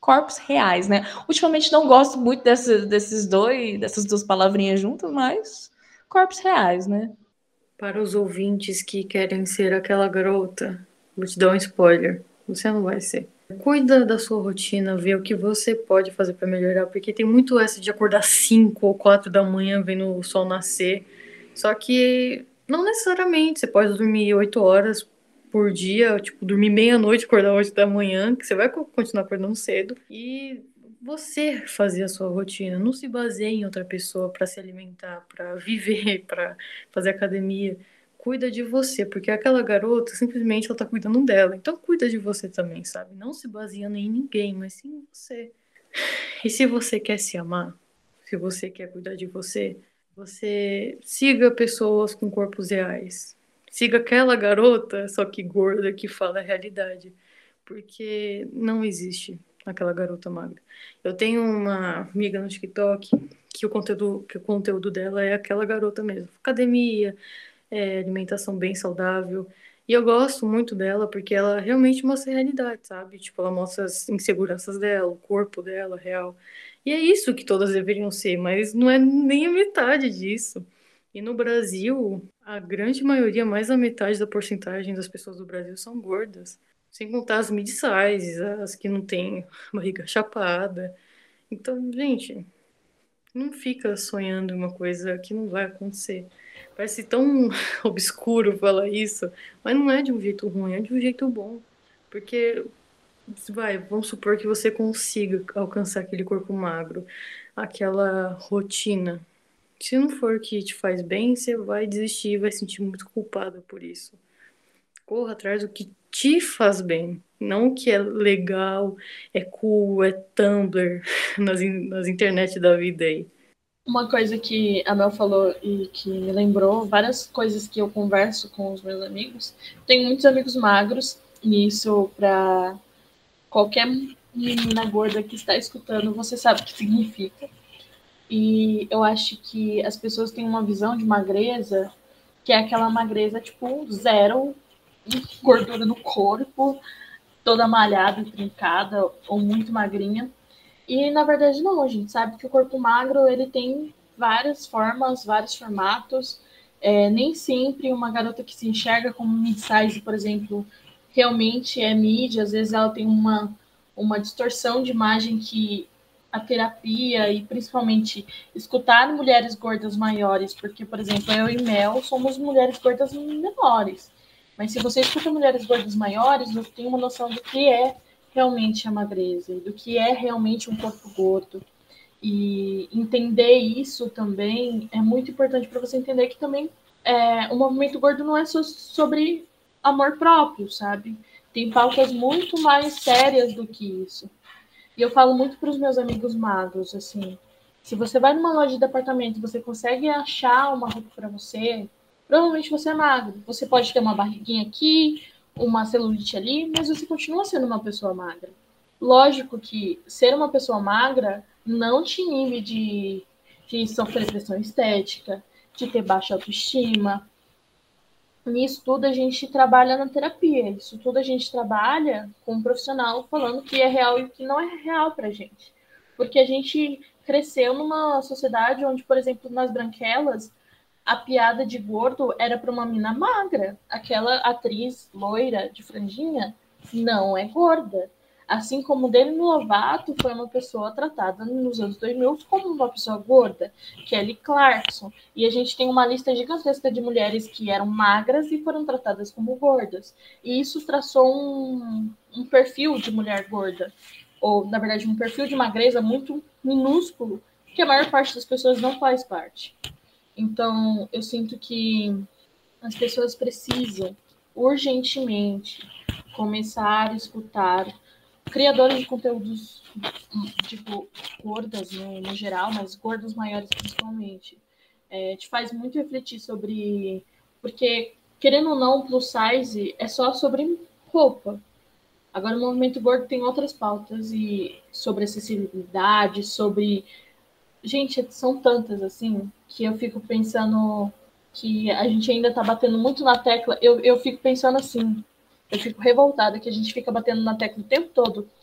corpos reais, né? Ultimamente não gosto muito dessas duas palavrinhas juntas, mas corpos reais, né? Para os ouvintes que querem ser aquela garota, vou te dar um spoiler. Você não vai ser. Cuida da sua rotina, vê o que você pode fazer para melhorar, porque tem muito essa de acordar 5 ou 4 da manhã vendo o sol nascer. Só que não necessariamente, você pode dormir 8 horas por dia, tipo, dormir meia-noite, acordar 8 da manhã, que você vai continuar acordando cedo. E você fazer a sua rotina, não se baseie em outra pessoa para se alimentar, para viver, para fazer academia. Cuida de você, porque aquela garota simplesmente ela tá cuidando dela. Então cuida de você também, sabe? Não se baseando em ninguém, mas sim em você. E se você quer se amar, se você quer cuidar de você, você siga pessoas com corpos reais. Siga aquela garota, só que gorda, que fala a realidade. Porque não existe aquela garota magra. Eu tenho uma amiga no TikTok que o conteúdo dela é aquela garota mesmo. Academia, alimentação bem saudável. E eu gosto muito dela porque ela realmente mostra a realidade, sabe? Tipo, ela mostra as inseguranças dela, o corpo dela, real. E é isso que todas deveriam ser, mas não é nem a metade disso. E no Brasil, a grande maioria, mais da metade da porcentagem das pessoas do Brasil são gordas. Sem contar as mid-sizes, as que não têm barriga chapada. Então, gente, não fica sonhando em uma coisa que não vai acontecer. Parece tão obscuro falar isso, mas não é de um jeito ruim, é de um jeito bom. Porque, vamos supor que você consiga alcançar aquele corpo magro, aquela rotina. Se não for o que te faz bem, você vai desistir e vai se sentir muito culpada por isso. Corra atrás do que te faz bem, não o que é legal, é cool, é Tumblr, nas internet da vida aí. Uma coisa que a Mel falou e que me lembrou várias coisas que eu converso com os meus amigos. Tenho muitos amigos magros, e isso para qualquer menina gorda que está escutando, você sabe o que significa. E eu acho que as pessoas têm uma visão de magreza que é aquela magreza tipo zero gordura no corpo, toda malhada e trincada ou muito magrinha. E na verdade não, a gente sabe que o corpo magro ele tem várias formas, vários formatos. Nem sempre uma garota que se enxerga como mid-size, por exemplo, realmente é mid, às vezes ela tem uma distorção de imagem que a terapia e principalmente escutar mulheres gordas maiores, porque, por exemplo, eu e Mel somos mulheres gordas menores. Mas se você escuta mulheres gordas maiores, você tem uma noção do que é realmente a magreza, do que é realmente um corpo gordo. E entender isso também é muito importante para você entender que também o movimento gordo não é só sobre amor próprio, sabe? Tem pautas muito mais sérias do que isso. E eu falo muito para os meus amigos magros, assim, se você vai numa loja de departamento e você consegue achar uma roupa para você, provavelmente você é magro. Você pode ter uma barriguinha aqui, uma celulite ali, mas você continua sendo uma pessoa magra. Lógico que ser uma pessoa magra não te inibe de sofrer pressão estética, de ter baixa autoestima. Nisso tudo a gente trabalha na terapia, isso tudo a gente trabalha com um profissional falando o que é real e o que não é real pra gente. Porque a gente cresceu numa sociedade onde, por exemplo, nas branquelas, a piada de gordo era para uma mina magra. Aquela atriz loira de franjinha não é gorda. Assim como Demi Lovato foi uma pessoa tratada nos anos 2000 como uma pessoa gorda, Kelly Clarkson. E a gente tem uma lista gigantesca de mulheres que eram magras e foram tratadas como gordas. E isso traçou um perfil de mulher gorda, ou, na verdade, um perfil de magreza muito minúsculo, que a maior parte das pessoas não faz parte. Então, eu sinto que as pessoas precisam urgentemente começar a escutar criadores de conteúdos, tipo, gordas no geral, mas gordas maiores principalmente. Te faz muito refletir sobre... Porque, querendo ou não, plus size é só sobre roupa. Agora, o movimento gordo tem outras pautas e sobre acessibilidade, sobre... Gente, são tantas, assim, que eu fico pensando que a gente ainda tá batendo muito na tecla. Eu fico pensando assim, eu fico revoltada que a gente fica batendo na tecla o tempo todo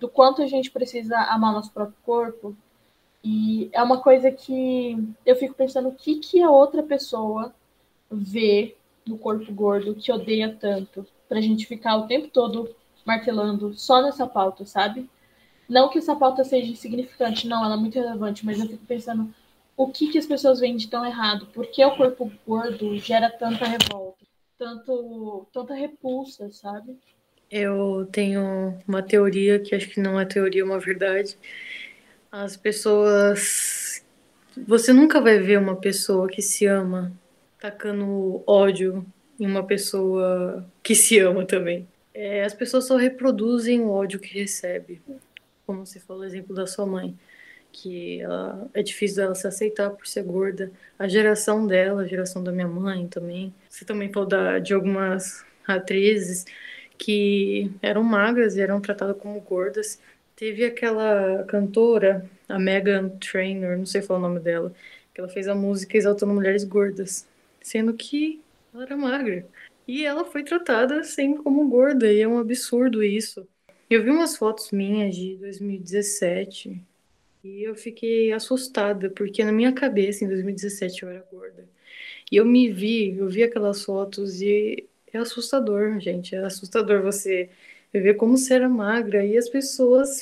do quanto a gente precisa amar nosso próprio corpo. E é uma coisa que eu fico pensando o que a outra pessoa vê no corpo gordo que odeia tanto, pra gente ficar o tempo todo martelando só nessa pauta, sabe? Não que essa pauta seja insignificante, não, ela é muito relevante, mas eu fico pensando o que as pessoas veem de tão errado, por que o corpo gordo gera tanta revolta, tanta repulsa, sabe? Eu tenho uma teoria que acho que não é teoria, é uma verdade. As pessoas. Você nunca vai ver uma pessoa que se ama tacando ódio em uma pessoa que se ama também. As pessoas só reproduzem o ódio que recebe. Como você falou, o exemplo da sua mãe, que é difícil dela se aceitar por ser gorda. A geração dela, a geração da minha mãe também. Você também falou de algumas atrizes que eram magras e eram tratadas como gordas. Teve aquela cantora, a Meghan Trainor, não sei falar o nome dela, que ela fez a música exaltando mulheres gordas, sendo que ela era magra. E ela foi tratada sempre como gorda, e é um absurdo isso. Eu vi umas fotos minhas de 2017 e eu fiquei assustada, porque na minha cabeça, em 2017, eu era gorda. E eu vi aquelas fotos e é assustador, gente. É assustador você ver como você era magra. E as pessoas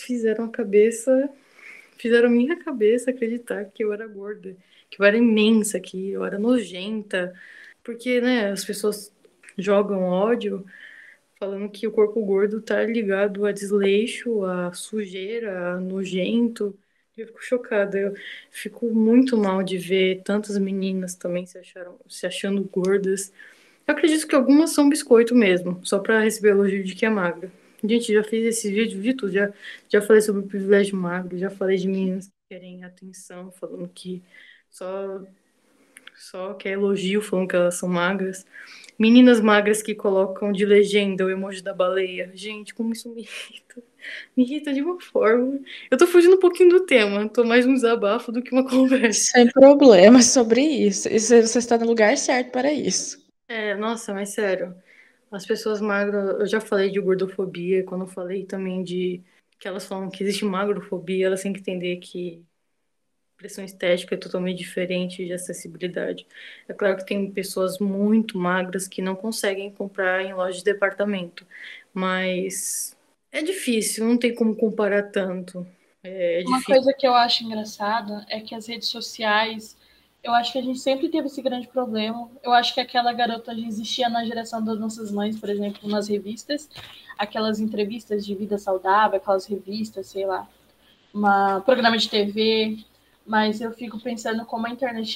fizeram a minha cabeça acreditar que eu era gorda, que eu era imensa, que eu era nojenta. Porque, né, as pessoas jogam ódio falando que o corpo gordo tá ligado a desleixo, a sujeira, a nojento. Eu fico chocada, eu fico muito mal de ver tantas meninas também se achando gordas. Eu acredito que algumas são biscoito mesmo, só pra receber elogio de que é magra. Gente, já fiz esse vídeo de tudo, já falei sobre o privilégio magro, já falei de meninas que querem atenção, falando que só, só quer elogio, falando que elas são magras. Meninas magras que colocam de legenda o emoji da baleia. Gente, como isso me irrita. Me irrita de uma forma. Eu tô fugindo um pouquinho do tema. Tô mais um desabafo do que uma conversa. Sem problema sobre isso. Você está no lugar certo para isso. Nossa, mas sério. As pessoas magras... Eu já falei de gordofobia. Quando eu falei também de... Que elas falam que existe magrofobia. Elas têm que entender que pressão estética é totalmente diferente de acessibilidade. É claro que tem pessoas muito magras que não conseguem comprar em loja de departamento, mas é difícil, não tem como comparar tanto. É Uma difícil. coisa que eu acho engraçada é que as redes sociais, eu acho que a gente sempre teve esse grande problema. Eu acho que aquela garota já existia na geração das nossas mães, por exemplo, nas revistas, aquelas entrevistas de vida saudável, aquelas revistas, sei lá, programa de TV, mas eu fico pensando como a internet,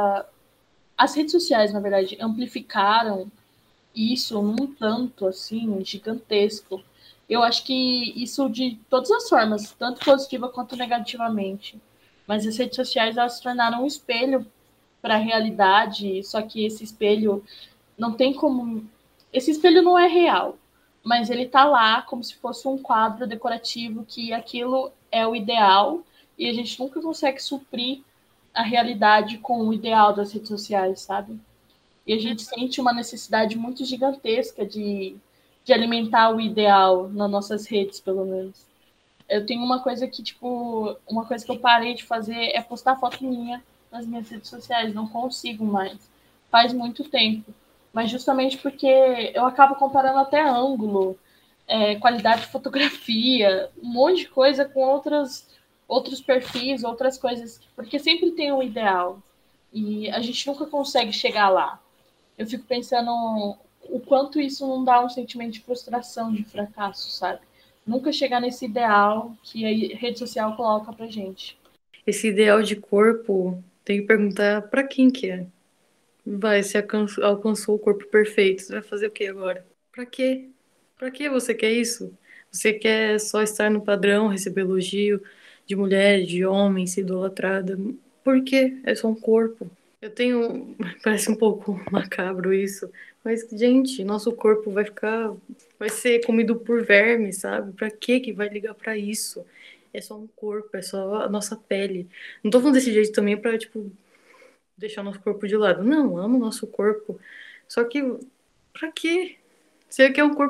as redes sociais, na verdade, amplificaram isso num tanto assim gigantesco. Eu acho que isso de todas as formas, tanto positiva quanto negativamente. Mas as redes sociais elas se tornaram um espelho para a realidade, só que esse espelho não tem como. Esse espelho não é real, mas ele está lá como se fosse um quadro decorativo que aquilo é o ideal e a gente nunca consegue suprir a realidade com o ideal das redes sociais, sabe? E a gente sente uma necessidade muito gigantesca de alimentar o ideal nas nossas redes, pelo menos. Eu tenho uma coisa que, tipo, uma coisa que eu parei de fazer é postar foto minha nas minhas redes sociais. Não consigo mais. Faz muito tempo. Mas justamente porque eu acabo comparando até ângulo, qualidade de fotografia, um monte de coisa com outros perfis, outras coisas. Porque sempre tem um ideal. E a gente nunca consegue chegar lá. Eu fico pensando o quanto isso não dá um sentimento de frustração, de fracasso, sabe? Nunca chegar nesse ideal que a rede social coloca pra gente. Esse ideal de corpo, tem que perguntar pra quem que é. Vai, se alcançou o corpo perfeito, você vai fazer o que agora? Pra quê? Pra que você quer isso? Você quer só estar no padrão, receber elogio de mulher, de homem, ser idolatrada? Por quê? É só um corpo. Eu tenho. Parece um pouco macabro isso, mas, gente, nosso corpo vai ficar. Vai ser comido por vermes, sabe? Pra que vai ligar pra isso? É só um corpo, é só a nossa pele. Não tô falando desse jeito também pra, tipo, deixar nosso corpo de lado. Não, amo o nosso corpo. Só que, pra quê? Você quer um corpo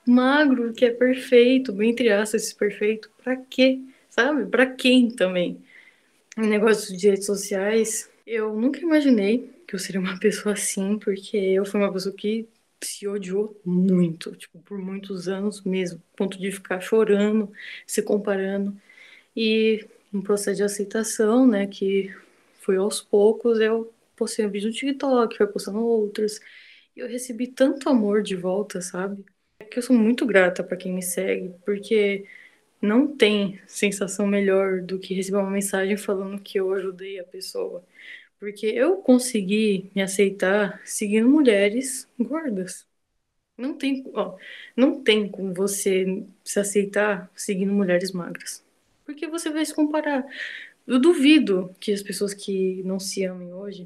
magro que é perfeito, bem entre aspas, esse perfeito, pra quê? Sabe? Pra quem também? O negócio de redes sociais, eu nunca imaginei que eu seria uma pessoa assim, porque eu fui uma pessoa que se odiou muito, tipo, por muitos anos mesmo, a ponto de ficar chorando, se comparando. E um processo de aceitação, né, que foi aos poucos, eu postei um vídeo no TikTok, foi postando outros, e eu recebi tanto amor de volta, sabe? É que eu sou muito grata pra quem me segue, porque não tem sensação melhor do que receber uma mensagem falando que eu ajudei a pessoa. Porque eu consegui me aceitar seguindo mulheres gordas. Não tem, ó, não tem como você se aceitar seguindo mulheres magras. Porque você vai se comparar. Eu duvido que as pessoas que não se amem hoje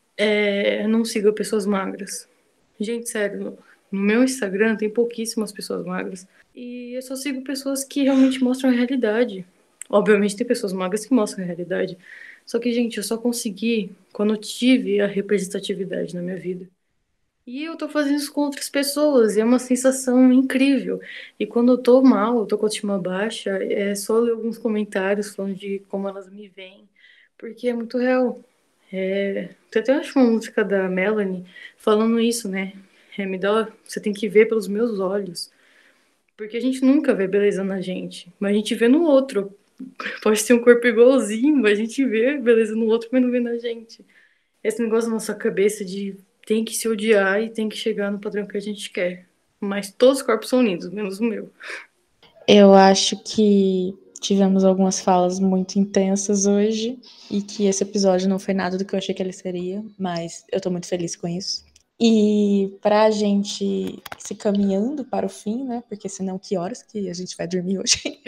não sigam pessoas magras. Gente, sério, no meu Instagram tem pouquíssimas pessoas magras. E eu só sigo pessoas que realmente mostram a realidade. Obviamente tem pessoas magras que mostram a realidade. Só que, gente, eu só consegui quando eu tive a representatividade na minha vida. E eu tô fazendo isso com outras pessoas, e é uma sensação incrível. E quando eu tô mal, eu tô com a autoestima baixa, é só ler alguns comentários falando de como elas me veem, porque é muito real. Tem até acho uma música da Melanie falando isso, né? Me dá, você tem que ver pelos meus olhos. Porque a gente nunca vê beleza na gente, mas a gente vê no outro. Pode ter um corpo igualzinho, mas a gente vê beleza no outro, mas não vê na gente. Esse negócio na nossa cabeça de tem que se odiar e tem que chegar no padrão que a gente quer. Mas todos os corpos são lindos, menos o meu. Eu acho que tivemos algumas falas muito intensas hoje e que esse episódio não foi nada do que eu achei que ele seria, mas eu tô muito feliz com isso. E pra gente se caminhando para o fim, né? Porque senão que horas que a gente vai dormir hoje?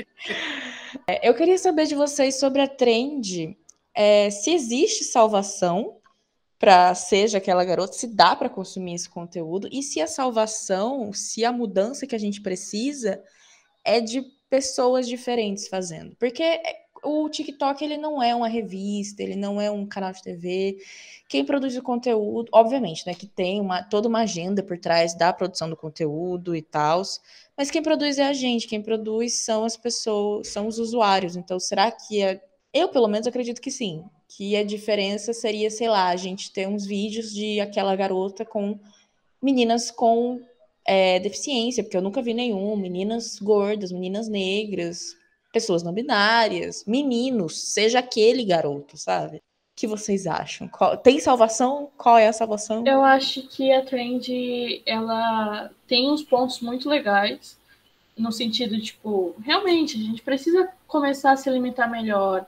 Eu queria saber de vocês sobre a trend, se existe salvação para seja aquela garota, se dá para consumir esse conteúdo e se a salvação, se a mudança que a gente precisa é de pessoas diferentes fazendo. Porque o TikTok ele não é uma revista, ele não é um canal de TV. Quem produz o conteúdo, obviamente, né, que tem toda uma agenda por trás da produção do conteúdo e tal, mas quem produz é a gente, quem produz são as pessoas, são os usuários. Então, será que eu, pelo menos, acredito que sim. Que a diferença seria, sei lá, a gente ter uns vídeos de aquela garota com meninas com deficiência, porque eu nunca vi nenhum, meninas gordas, meninas negras, pessoas não binárias, meninos, seja aquele garoto, sabe? O que vocês acham? Tem salvação? Qual é a salvação? Eu acho que a trend, ela tem uns pontos muito legais, no sentido, tipo, realmente, a gente precisa começar a se alimentar melhor.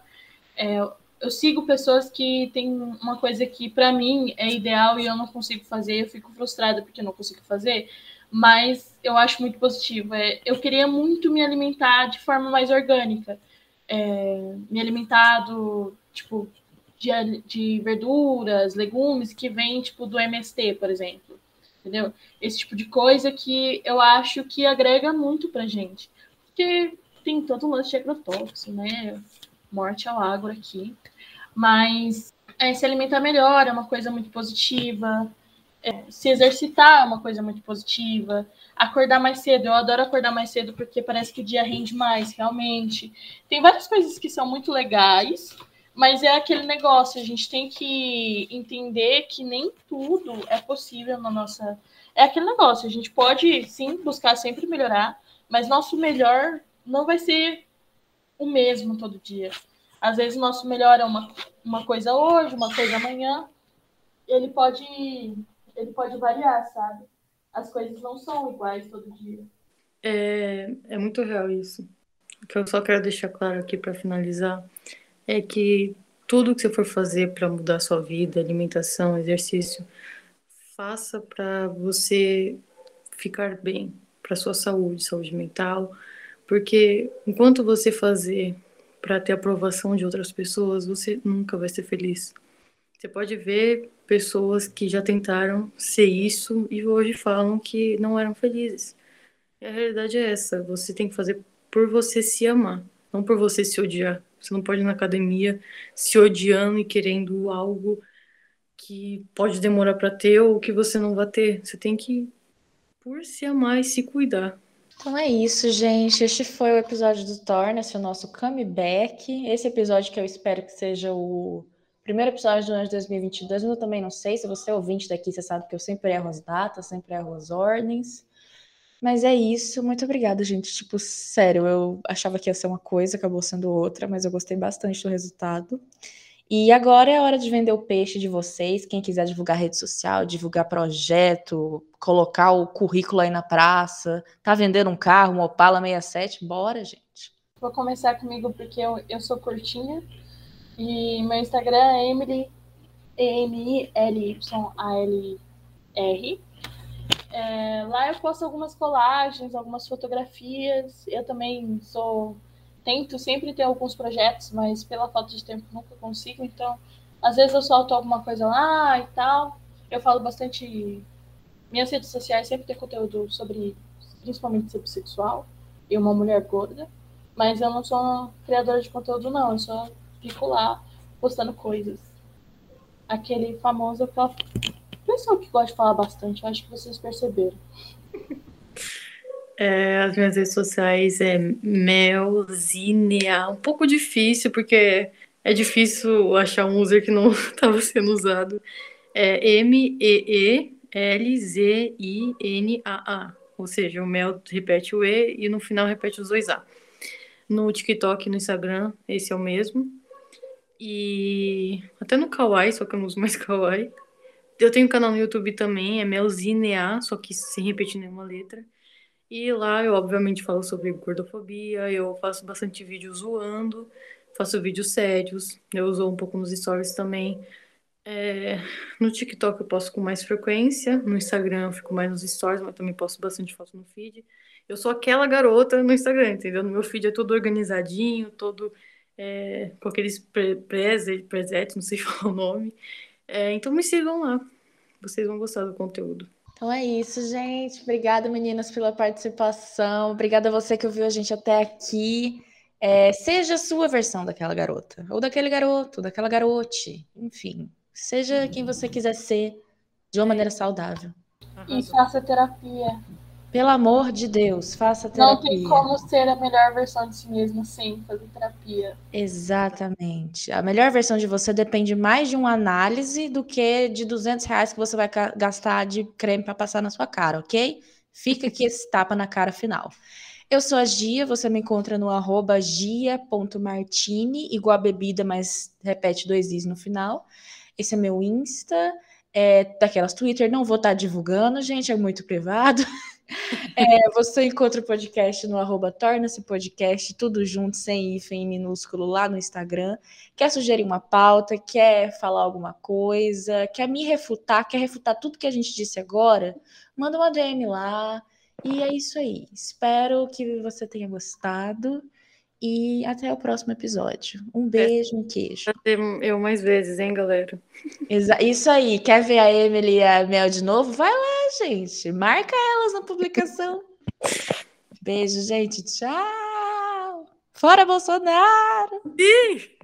Eu sigo pessoas que têm uma coisa que, para mim, é ideal e eu não consigo fazer, eu fico frustrada porque eu não consigo fazer, mas eu acho muito positivo. Eu queria muito me alimentar de forma mais orgânica. Me alimentar tipo, de verduras, legumes que vem, tipo, do MST, por exemplo. Entendeu? Esse tipo de coisa que eu acho que agrega muito pra gente. Porque tem todo um lance de agrotóxico, né? Morte ao agro aqui. Mas se alimentar melhor é uma coisa muito positiva. Se exercitar é uma coisa muito positiva. Acordar mais cedo, eu adoro acordar mais cedo porque parece que o dia rende mais, realmente. Tem várias coisas que são muito legais, mas é aquele negócio, a gente tem que entender que nem tudo é possível na nossa. É aquele negócio, a gente pode sim buscar sempre melhorar, mas nosso melhor não vai ser o mesmo todo dia. Às vezes o nosso melhor é uma coisa hoje, uma coisa amanhã. Ele pode variar, sabe? As coisas não são iguais todo dia. É muito real isso. O que eu só quero deixar claro aqui para finalizar é que tudo que você for fazer para mudar a sua vida, alimentação, exercício, faça para você ficar bem, para sua saúde, saúde mental, porque enquanto você fazer para ter aprovação de outras pessoas, você nunca vai ser feliz. Você pode ver pessoas que já tentaram ser isso e hoje falam que não eram felizes. E a realidade é essa, você tem que fazer por você se amar, não por você se odiar. Você não pode ir na academia se odiando e querendo algo que pode demorar para ter ou que você não vai ter. Você tem que por se amar e se cuidar. Então é isso, gente. Este foi o episódio do Torna-se, o nosso comeback. Esse episódio que eu espero que seja o primeiro episódio do ano de 2022, mas eu também não sei. Se você é ouvinte daqui, você sabe que eu sempre erro as datas, sempre erro as ordens. Mas é isso. Muito obrigada, gente. Tipo, sério, eu achava que ia ser uma coisa, acabou sendo outra, mas eu gostei bastante do resultado. E agora é a hora de vender o peixe de vocês. Quem quiser divulgar rede social, divulgar projeto, colocar o currículo aí na praça, tá vendendo um carro, um Opala 67, bora, gente. Vou começar comigo porque eu sou curtinha. E meu Instagram é Emily, EMILYALR. Lá eu posto algumas colagens, algumas fotografias. Eu também tento sempre ter alguns projetos, mas pela falta de tempo nunca consigo. Então, às vezes eu solto alguma coisa lá e tal. Eu falo bastante. Minhas redes sociais sempre tem conteúdo sobre, principalmente sobre sexual e uma mulher gorda. Mas eu não sou uma criadora de conteúdo, não. Eu só fico lá postando coisas. Aquele famoso pessoal que gosta de falar bastante, eu acho que vocês perceberam. As minhas redes sociais é Melzinea. Um pouco difícil, porque é difícil achar um user que não estava sendo usado. É MEELZINAA. Ou seja, o Mel repete o E e no final repete os dois A. No TikTok e no Instagram, esse é o mesmo. E até no Kawaii, só que eu não uso mais Kawaii. Eu tenho um canal no YouTube também, é Melzinea, só que sem repetir nenhuma letra. E lá eu, obviamente, falo sobre gordofobia, eu faço bastante vídeo zoando, faço vídeos sérios, eu uso um pouco nos stories também. No TikTok eu posto com mais frequência, no Instagram eu fico mais nos stories, mas também posto bastante foto no feed. Eu sou aquela garota no Instagram, entendeu? No meu feed é todo organizadinho, todo com aqueles presets, não sei falar o nome. Então me sigam lá, vocês vão gostar do conteúdo. Então é isso, gente. Obrigada, meninas, pela participação. Obrigada a você que ouviu a gente até aqui. Seja a sua versão daquela garota, ou daquele garoto, daquela garote, enfim. Seja quem você quiser ser, de uma maneira saudável. E faça terapia. Pelo amor de Deus, faça terapia. Não tem como ser a melhor versão de si mesma sem fazer terapia. Exatamente. A melhor versão de você depende mais de uma análise do que de R$ 200 que você vai gastar de creme para passar na sua cara, ok? Fica aqui esse tapa na cara final. Eu sou a Gia, você me encontra no @gia.martini, igual a bebida, mas repete 2 i's no final. Esse é meu Insta, daquelas Twitter, não vou estar divulgando, gente, é muito privado. Você encontra o podcast no @torna-se podcast, tudo junto, sem hífen minúsculo, lá no Instagram. Quer sugerir uma pauta, quer falar alguma coisa, quer me refutar, quer refutar tudo que a gente disse agora, manda uma DM lá. E é isso aí. Espero que você tenha gostado e até o próximo episódio. Um beijo, um queijo. Eu mais vezes, hein, galera? Isso aí. Quer ver a Emily e a Mel de novo? Vai lá, gente. Marca elas na publicação. Beijo, gente. Tchau. Fora Bolsonaro! Ih!